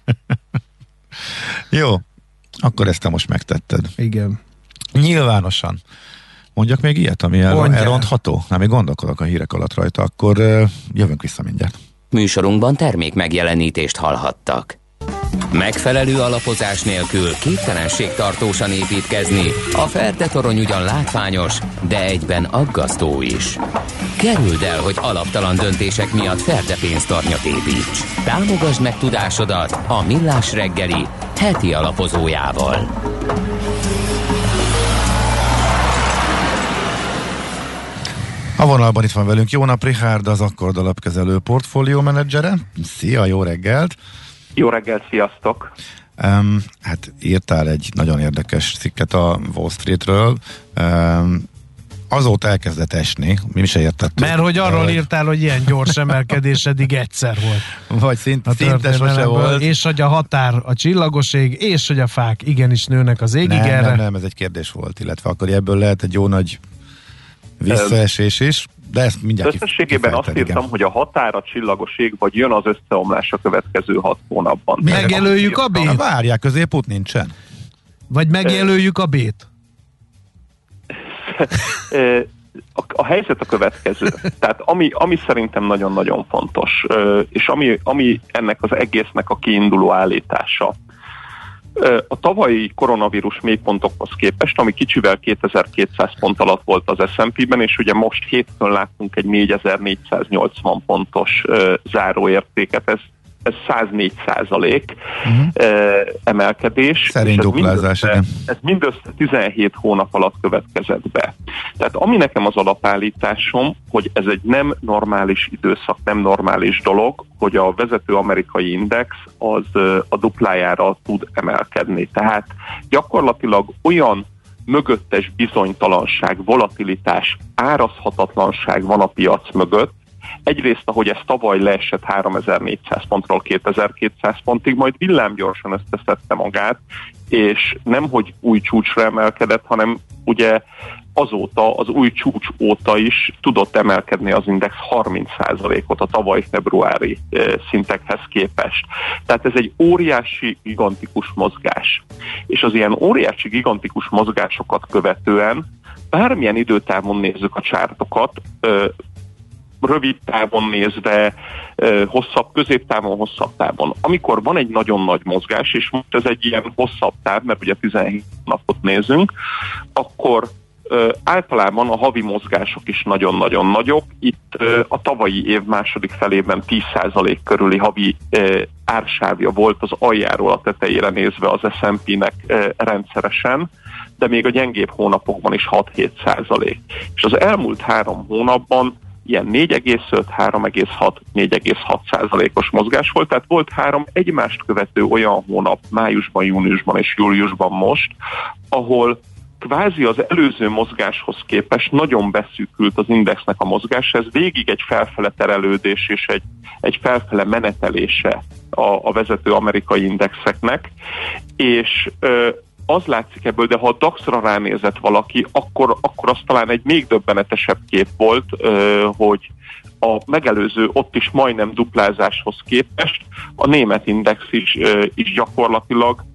Jó, akkor ezt te most megtetted. Igen. Nyilvánosan. Mondjak még ilyet, ami elrontható? Nem, még gondolkodok a hírek alatt rajta, akkor jövünk vissza mindjárt. Műsorunkban termék megjelenítést hallhattak. Megfelelő alapozás nélkül képtelenség tartósan építkezni. A Ferde torony ugyan látványos, de egyben aggasztó is. Kerüld el, hogy alaptalan döntések miatt Ferde pénztarnyat építs. Támogasd meg tudásodat a Millás reggeli heti alapozójával. A vonalban itt van velünk Jónap Richárd, az Akkord alapkezelő portfólió menedzsere. Szia, jó reggelt! Jó reggelt, sziasztok! Hát írtál egy nagyon érdekes cikket a Wall Streetről. Azóta elkezdett esni, mi se értettük. Mert hogy arról írtál, hogy ilyen gyors emelkedés eddig egyszer volt. Vagy szinte sose volt. És hogy a határ a csillagos ég, és hogy a fák igenis nőnek az égig erre. Nem, ez egy kérdés volt, illetve akkor ebből lehet egy jó nagy visszaesés is, de ezt mindjárt összességében azt írtam, hogy a határ a csillagos ég, vagy jön az összeomlás a következő 6 hónapban. Megjelöljük a B-t? Várják, középút nincsen. Vagy megjelöljük a B-t? A helyzet a következő. Tehát ami szerintem nagyon-nagyon fontos, és ami ennek az egésznek a kiinduló állítása. A tavalyi koronavírus mélypontokhoz képest, ami kicsivel 2200 pont alatt volt az S&P-ben, és ugye most hétfőn láttunk egy 4480 pontos záróértéket, ez 104% emelkedés. Szerint duplázás, igen. Ez mindössze 17 hónap alatt következett be. Tehát ami nekem az alapállításom, hogy ez egy nem normális időszak, nem normális dolog, hogy a vezető amerikai index az a duplájára tud emelkedni. Tehát gyakorlatilag olyan mögöttes bizonytalanság, volatilitás, árazhatatlanság van a piac mögött. Egyrészt, ahogy ez tavaly leesett 3400 pontról 2200 pontig, majd villámgyorsan összeszedte magát, és nemhogy új csúcsra emelkedett, hanem ugye azóta, az új csúcs óta is tudott emelkedni az index 30%-ot a tavaly februári szintekhez képest. Tehát ez egy óriási, gigantikus mozgás. És az ilyen óriási, gigantikus mozgásokat követően bármilyen időtávon nézzük a csártokat, rövid távon nézve, hosszabb, középtávon, hosszabb távon. Amikor van egy nagyon nagy mozgás, és most ez egy ilyen hosszabb táv, mert ugye 17 napot nézünk, akkor általában a havi mozgások is nagyon-nagyon nagyok. Itt a tavalyi év második felében 10% körüli havi ársávja volt az aljáról a tetejére nézve az S&P-nek rendszeresen, de még a gyengébb hónapokban is 6-7%. És az elmúlt 3 hónapban ilyen 4,5, 3,6, 4,6%-os mozgás volt, tehát volt 3 egymást követő olyan hónap, májusban, júniusban és júliusban most, ahol kvázi az előző mozgáshoz képest nagyon beszűkült az indexnek a mozgás, ez végig egy felfele terelődés és egy felfele menetelése a vezető amerikai indexeknek, és az látszik ebből, de ha a DAX-ra ránézett valaki, akkor az talán egy még döbbenetesebb kép volt, hogy a megelőző ott is majdnem duplázáshoz képest a német index is gyakorlatilag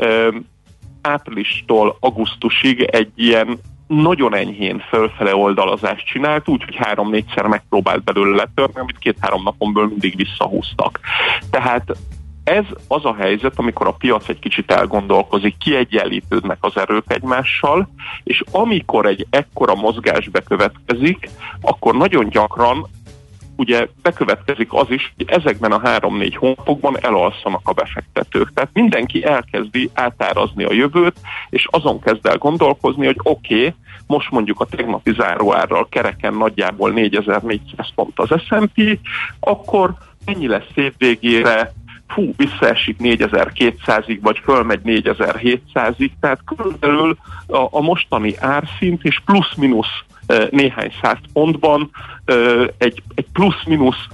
áprilistól augusztusig egy ilyen nagyon enyhén fölfele oldalazást csinált, úgyhogy 3-4-szer megpróbált belőle letörni, amit 2-3 napon belül mindig visszahúztak. Tehát ez az a helyzet, amikor a piac egy kicsit elgondolkozik, kiegyenlítődnek az erők egymással, és amikor egy ekkora mozgás bekövetkezik, akkor nagyon gyakran ugye bekövetkezik az is, hogy ezekben a 3-4 hónapokban elalszanak a befektetők. Tehát mindenki elkezdi átárazni a jövőt, és azon kezd el gondolkozni, hogy oké, most mondjuk a tegnapi záróárral kereken nagyjából 4400 pont az S&P, akkor mennyi lesz évvégére, visszaesik 4200-ig, vagy fölmegy 4700-ig, tehát körülbelül a mostani árszint és plusz-minusz néhány száz pontban egy plusz-minusz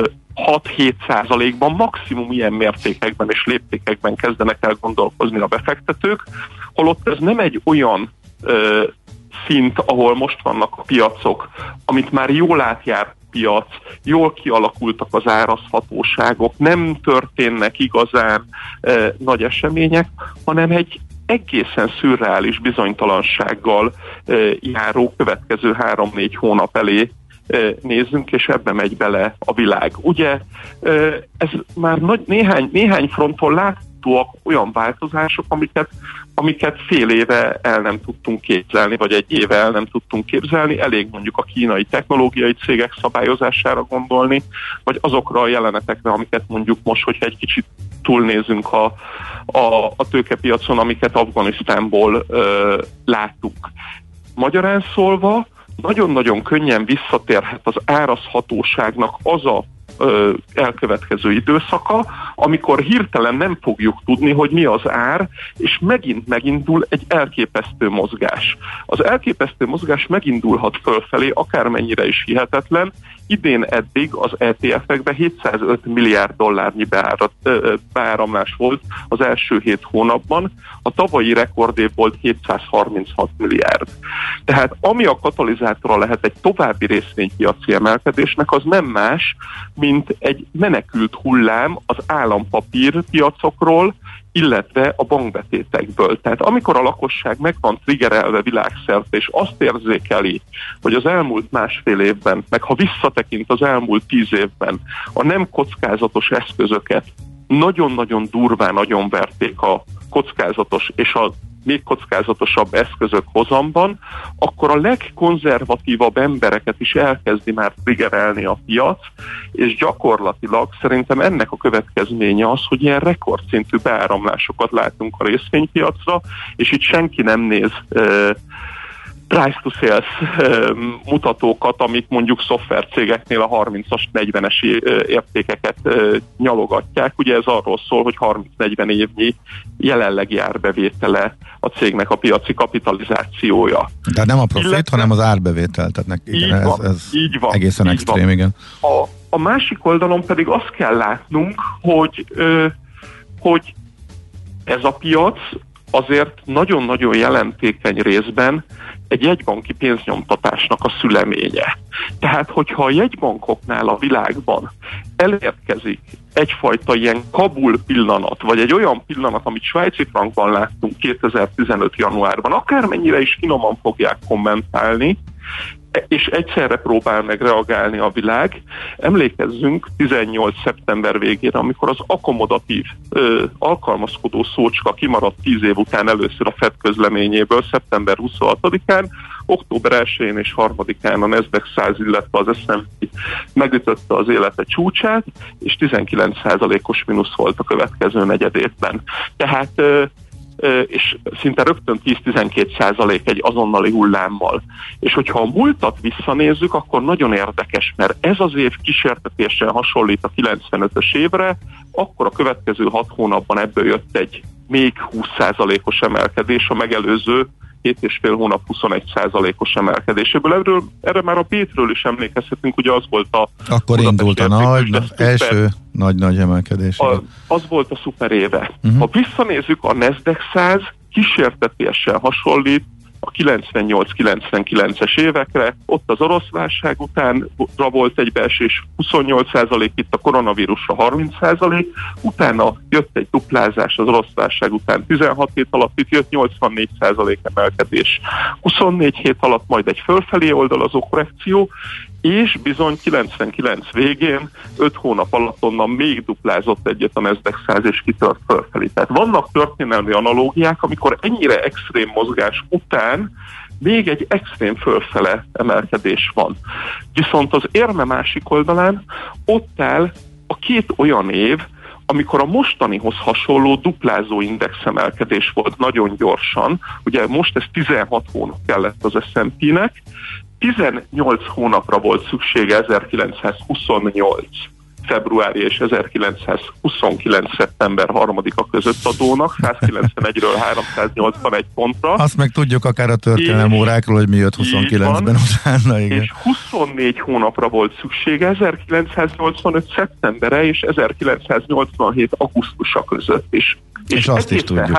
6-7%-ban maximum ilyen mértékekben és léptékekben kezdenek el gondolkozni a befektetők, holott ez nem egy olyan szint, ahol most vannak a piacok, amit már jól átjár piac, jól kialakultak az árazhatóságok, nem történnek igazán nagy események, hanem egy egészen szürreális bizonytalansággal járó következő 3-4 hónap elé nézzünk, és ebbe megy bele a világ. Ugye ez már néhány fronton láthatóak olyan változások, amiket fél éve el nem tudtunk képzelni, vagy egy éve el nem tudtunk képzelni. Elég mondjuk a kínai technológiai cégek szabályozására gondolni, vagy azokra a jelenetekre, amiket mondjuk most, hogyha egy kicsit túlnézünk a tőkepiacon, amiket Afganisztánból láttuk. Magyarán szólva, nagyon-nagyon könnyen visszatérhet az árazhatóságnak az a elkövetkező időszaka, amikor hirtelen nem fogjuk tudni, hogy mi az ár, és megint megindul egy elképesztő mozgás. Az elképesztő mozgás megindulhat fölfelé, akármennyire is hihetetlen. Idén eddig az ETF-ekben 705 milliárd dollárnyi beáramlás volt az első 7 hónapban, a tavalyi rekordév volt 736 milliárd. Tehát ami a katalizátora lehet egy további részvénypiaci emelkedésnek, az nem más, mint egy menekült hullám az állampapírpiacokról, illetve a bankbetétekből. Tehát amikor a lakosság meg van triggerelve világszerte, és azt érzékeli, hogy az elmúlt másfél évben, meg ha visszatekint az elmúlt 10 évben, a nem kockázatos eszközöket nagyon-nagyon durván agyonverték a kockázatos és a még kockázatosabb eszközök hozamban, akkor a legkonzervatívabb embereket is elkezdi már triggerelni a piac, és gyakorlatilag szerintem ennek a következménye az, hogy ilyen rekordszintű beáramlásokat látunk a részvénypiacra, és itt senki nem néz price to sales mutatókat, amik mondjuk szoftvercégeknél a 30-as, 40-es értékeket nyalogatják. Ugye ez arról szól, hogy 30-40 évnyi jelenlegi árbevétele a cégnek a piaci kapitalizációja. Tehát nem a profit, hanem az árbevétel. Tehát ez így van, egészen extrém, igen. A másik oldalon pedig azt kell látnunk, hogy ez a piac azért nagyon-nagyon jelentékeny részben egy jegybanki pénznyomtatásnak a szüleménye. Tehát, hogyha a jegybankoknál a világban elérkezik egyfajta ilyen Kabul pillanat, vagy egy olyan pillanat, amit svájci frankban láttunk 2015. januárban, akármennyire is finoman fogják kommentálni, és egyszerre próbál meg reagálni a világ. Emlékezzünk 18. szeptember végére, amikor az akkomodatív alkalmazkodó szócska kimaradt 10 év után először a FED közleményéből, szeptember 26-án, október 1-én és 3-án a Nasdaq 100, illetve az S&P megütötte az élete csúcsát, és 19%-os mínusz volt a következő negyedévben. Tehát és szinte rögtön 10-12% egy azonnali hullámmal. És hogyha a múltat visszanézzük, akkor nagyon érdekes, mert ez az év kísértetésen hasonlít a 95-ös évre, akkor a következő 6 hónapban ebből jött egy még 20%-os emelkedés a megelőző 2,5 hónap 21%-os emelkedéséből. Erre már a Pétről is emlékezhetünk, ugye az volt a... Akkor indult a első nagy emelkedés. Az volt a szuper éve. Ha visszanézzük, a Nasdaq 100 kísértetéssel hasonlít a 98-99-es évekre, ott az orosz válság után volt egy beesés 28%, itt a koronavírusra 30%, utána jött egy duplázás az orosz válság után 16 hét alatt, itt jött 84% emelkedés. 24 hét alatt majd egy fölfelé oldalazó korrekció, és bizony 99 végén 5 hónap alatt onnan még duplázott egyet a Nasdaq 100 és kitört fölfelé. Tehát vannak történelmi analógiák, amikor ennyire extrém mozgás után még egy extrém fölfele emelkedés van. Viszont az érme másik oldalán ott áll a két olyan év, amikor a mostanihoz hasonló duplázó indexemelkedés volt nagyon gyorsan, ugye most ez 16 hónap kellett az S&P-nek, 18 hónapra volt szüksége 1928 februári és 1929 szeptember 3-a között adónak, 191-ről 381 pontra. Azt meg tudjuk akár a történelem órákról, hogy mi jött 29-ben utána. Igen. És 24 hónapra volt szüksége 1985 szeptembere és 1987 augusztusa között is. És azt is tudjuk.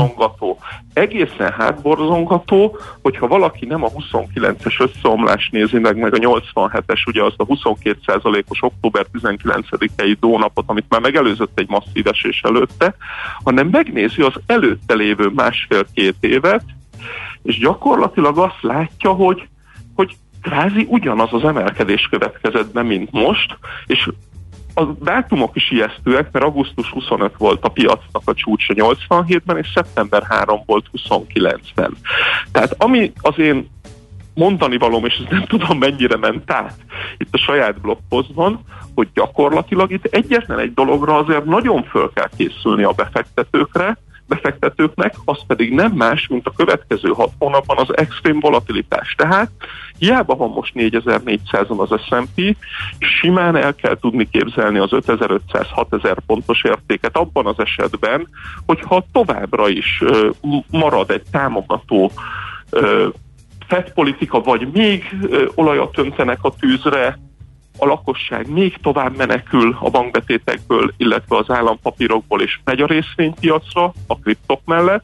Egészen hátborzongató, hogyha valaki nem a 29-es összeomlást nézi meg a 87-es, ugye azt a 22%-os október 19-i dónapot, amit már megelőzött egy masszív esés előtte, hanem megnézi az előtte lévő másfél-két évet, és gyakorlatilag azt látja, hogy kvázi ugyanaz az emelkedés következett be, mint most, és a dátumok is ijesztőek, mert augusztus 25 volt a piacnak a csúcsa 87-ben, és szeptember 3 volt 29-ben. Tehát ami az én mondani valóm, és ezt nem tudom mennyire ment át itt a saját blogposztban, hogy gyakorlatilag itt egyetlen egy dologra azért nagyon föl kell készülni a befektetőknek, az pedig nem más, mint a következő 6 hónapban az extrém volatilitás. Tehát hiába van most 4400-on az S&P, simán el kell tudni képzelni az 5500-6000 pontos értéket abban az esetben, hogyha továbbra is marad egy támogató Fed politika, vagy még olajat öntenek a tűzre, a lakosság még tovább menekül a bankbetétekből, illetve az állampapírokból, és megy a részvénypiacra a kriptok mellett,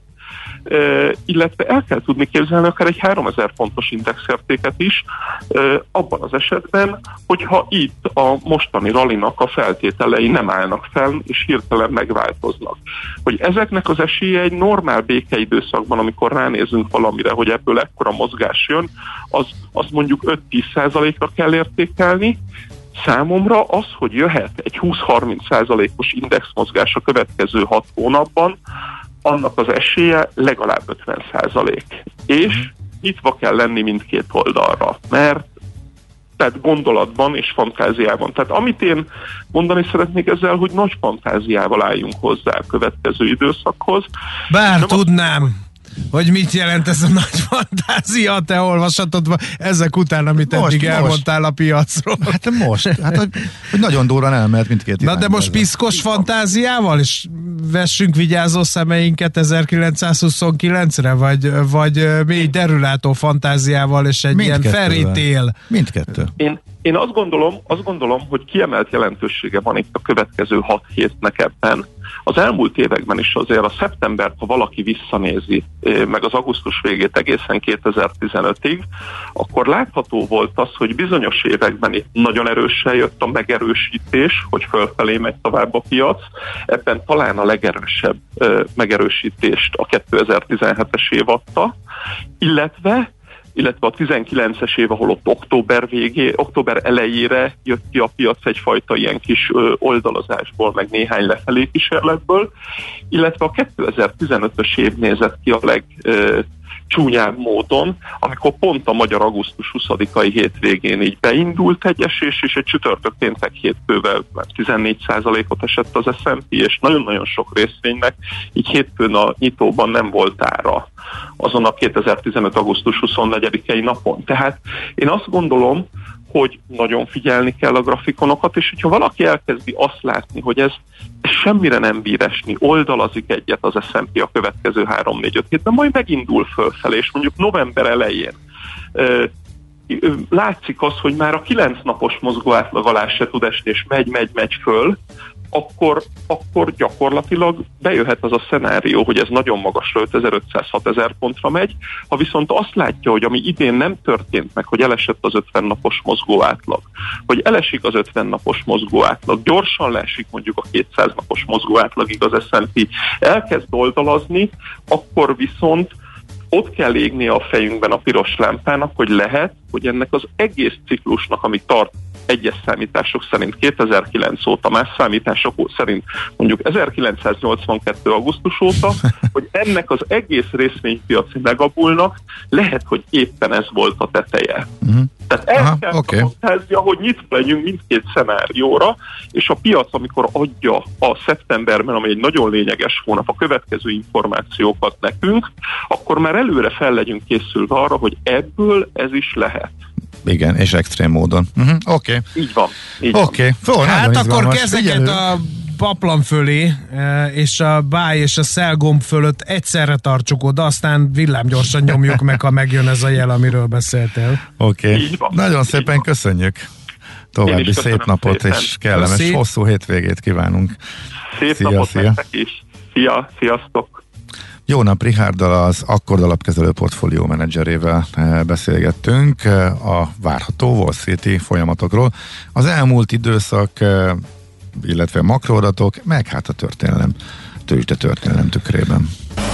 illetve el kell tudni képzelni akár egy 3000 pontos indexértéket is, abban az esetben, hogyha itt a mostani rallinak a feltételei nem állnak fel, és hirtelen megváltoznak. Hogy ezeknek az esélye egy normál békeidőszakban, amikor ránézünk valamire, hogy ebből ekkora mozgás jön, az mondjuk 5-10%-ra kell értékelni. Számomra az, hogy jöhet egy 20-30%-os indexmozgás a következő 6 hónapban, annak az esélye legalább 50%. És nyitva kell lenni mindkét oldalra, mert tehát gondolatban és fantáziában. Tehát amit én mondani szeretnék ezzel, hogy nagy fantáziával álljunk hozzá a következő időszakhoz. Bár tudnám, hogy mit jelent ez a nagy fantázia a te olvasatodban, ezek után, amit eddig elmondtál a piacról. Hát hogy nagyon durran elmehet mindkét irányba. Na de most piszkos fantáziával, és vessünk vigyázó szemeinket 1929-re, vagy mély derülátó fantáziával, és egy ilyen fairy tale. Mindkettő. Én azt gondolom, hogy kiemelt jelentősége van itt a következő 6 hétnek ebben. Az elmúlt években is azért a szeptembert, ha valaki visszanézi, meg az augusztus végét egészen 2015-ig, akkor látható volt az, hogy bizonyos években itt nagyon erősen jött a megerősítés, hogy fölfelé megy tovább a piac. Ebben talán a legerősebb megerősítést a 2017-es év adta, illetve a 19-es év, ahol ott október elejére jött ki a piac egyfajta ilyen kis oldalazásból, meg néhány lefelé kísérletből, illetve a 2015-ös év nézett ki a legcsúnyább módon, amikor pont a magyar augusztus 20-ai hétvégén így beindult egy esés, és egy csütörtök péntek hétfővel 14%-ot esett az S&P, és nagyon-nagyon sok részvénynek így hétfőn a nyitóban nem volt ára azon a 2015. augusztus 24-i napon. Tehát én azt gondolom, hogy nagyon figyelni kell a grafikonokat, és hogyha valaki elkezdi azt látni, hogy ez semmire nem bír esni, oldalazik egyet az S&P a következő 3-4-5 hétben, majd megindul fölfelé, és mondjuk november elején látszik az, hogy már a 9 napos mozgóátlag alá se tud esni, és megy föl, akkor gyakorlatilag bejöhet az a szenárió, hogy ez nagyon magasra 5500-6000 pontra megy. Ha viszont azt látja, hogy ami idén nem történt meg, hogy elesett az 50 napos mozgóátlag, hogy elesik az 50 napos mozgóátlag, gyorsan leesik mondjuk a 200 napos mozgóátlagig az S&P, elkezd oldalazni, akkor viszont ott kell égnie a fejünkben a piros lámpának, hogy lehet, hogy ennek az egész ciklusnak, ami tart egyes számítások szerint 2009 óta, más számítások szerint mondjuk 1982. augusztus óta, hogy ennek az egész részvénypiaci megabulnak, lehet, hogy éppen ez volt a teteje. Tehát el kell fantáznia, hogy nyitva legyünk mindkét szenárióra, és a piac, amikor adja a szeptemberben, ami egy nagyon lényeges hónap, a következő információkat nekünk, akkor már előre fel legyünk készülve arra, hogy ebből ez is lehet. Igen, és extrém módon. Oké. Így van. Oké. Hát akkor kezeket a paplan fölé, és a buy és a sell gomb fölött egyszerre tartsuk oda, aztán villámgyorsan nyomjuk meg, ha megjön ez a jel, amiről beszéltél. Oké. Nagyon szépen köszönjük. További szép napot szépen. És kellemes hosszú hétvégét kívánunk. Szép napot nektek is. Sziasztok! Jó nap, Richárddal, az Akkord alapkezelő portfólió menedzserével beszélgettünk a várható Wall Street-i folyamatokról. Az elmúlt időszak, illetve makroadatok, meg hát a tőzsde történelem tükrében.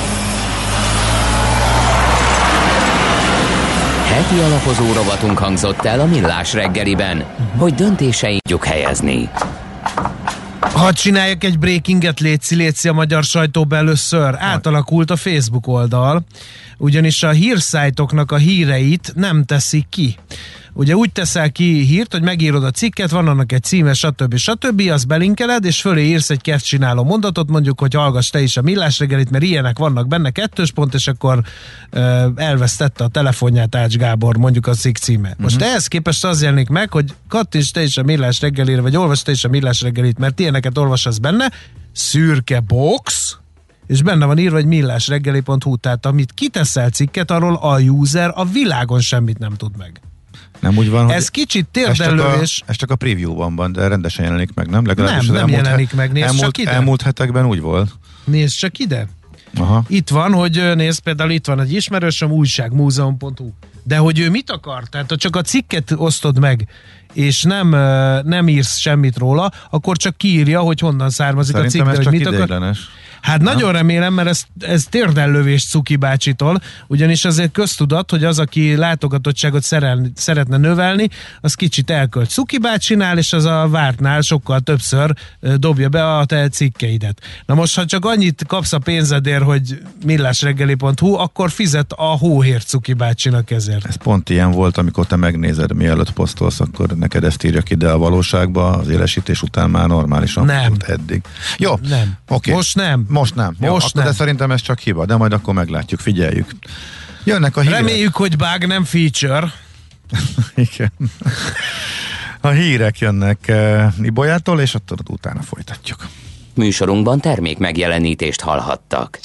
Heti alapozó rovatunk hangzott el a Millás reggeliben, hogy döntéseink tudjuk helyezni. Hadd csináljak egy breakinget, léci a magyar sajtóba először. Átalakult a Facebook oldal, ugyanis a hírszájtoknak a híreit nem teszik ki. Ugye úgy teszel ki hírt, hogy megírod a cikket, van annak egy címe, stb. Azt belinkeled, és fölé írsz egy kertcsináló mondatot, mondjuk, hogy hallgass te is a Millás reggelit, mert ilyenek vannak benne, 2 pont, és akkor elvesztette a telefonját Ács Gábor, mondjuk a cikk címe. Most ehhez képest az jelenik meg, hogy kattints te is a Millás reggelire, vagy olvasd te is a Millás reggelit, mert ilyeneket olvassz benne, szürke box, és benne van írva, hogy millásreggeli.hu, tehát amit kiteszel cikket, arról a user a világon semmit nem tud meg. Nem úgy van, ez kicsit térdelős. Ez csak a preview-ban van, de rendesen jelenik meg, nem? Legalábbis nem jelenik meg, nézd csak ide. Elmúlt hetekben úgy volt. Nézd csak ide. Aha. Itt van, hogy nézd, például itt van egy ismerősöm, újságmúzeum.hu. De hogy ő mit akar? Tehát ha csak a cikket osztod meg, és nem írsz semmit róla, akkor csak kiírja, hogy honnan származik szerintem a cikk, de hogy mit ideiglenes. akar. Hát nem? Nagyon remélem, mert ez térdellövés Cuki bácsitól, ugyanis azért köztudat, hogy az, aki látogatottságot szeretne növelni, az kicsit elkölt Cuki bácsinál, és az a vártnál sokkal többször dobja be a te cikkeidet. Na most, ha csak annyit kapsz a pénzedért, hogy millásreggeli.hu, akkor fizet a hóhért Cuki bácsinak ezért. Ez pont ilyen volt, amikor te megnézed, mielőtt posztolsz, akkor neked ezt írja ki, de a valóságban az élesítés után már normálisan volt eddig. Jó, nem. Okay. Most nem. Most nem. Jó, most nem. De szerintem ez csak hiba, de majd akkor meglátjuk, figyeljük. Jönnek a hírek. Reméljük, hogy bug, nem feature. Igen. A hírek jönnek Ibolyától, és attól utána folytatjuk. Műsorunkban termék megjelenítést hallhattak.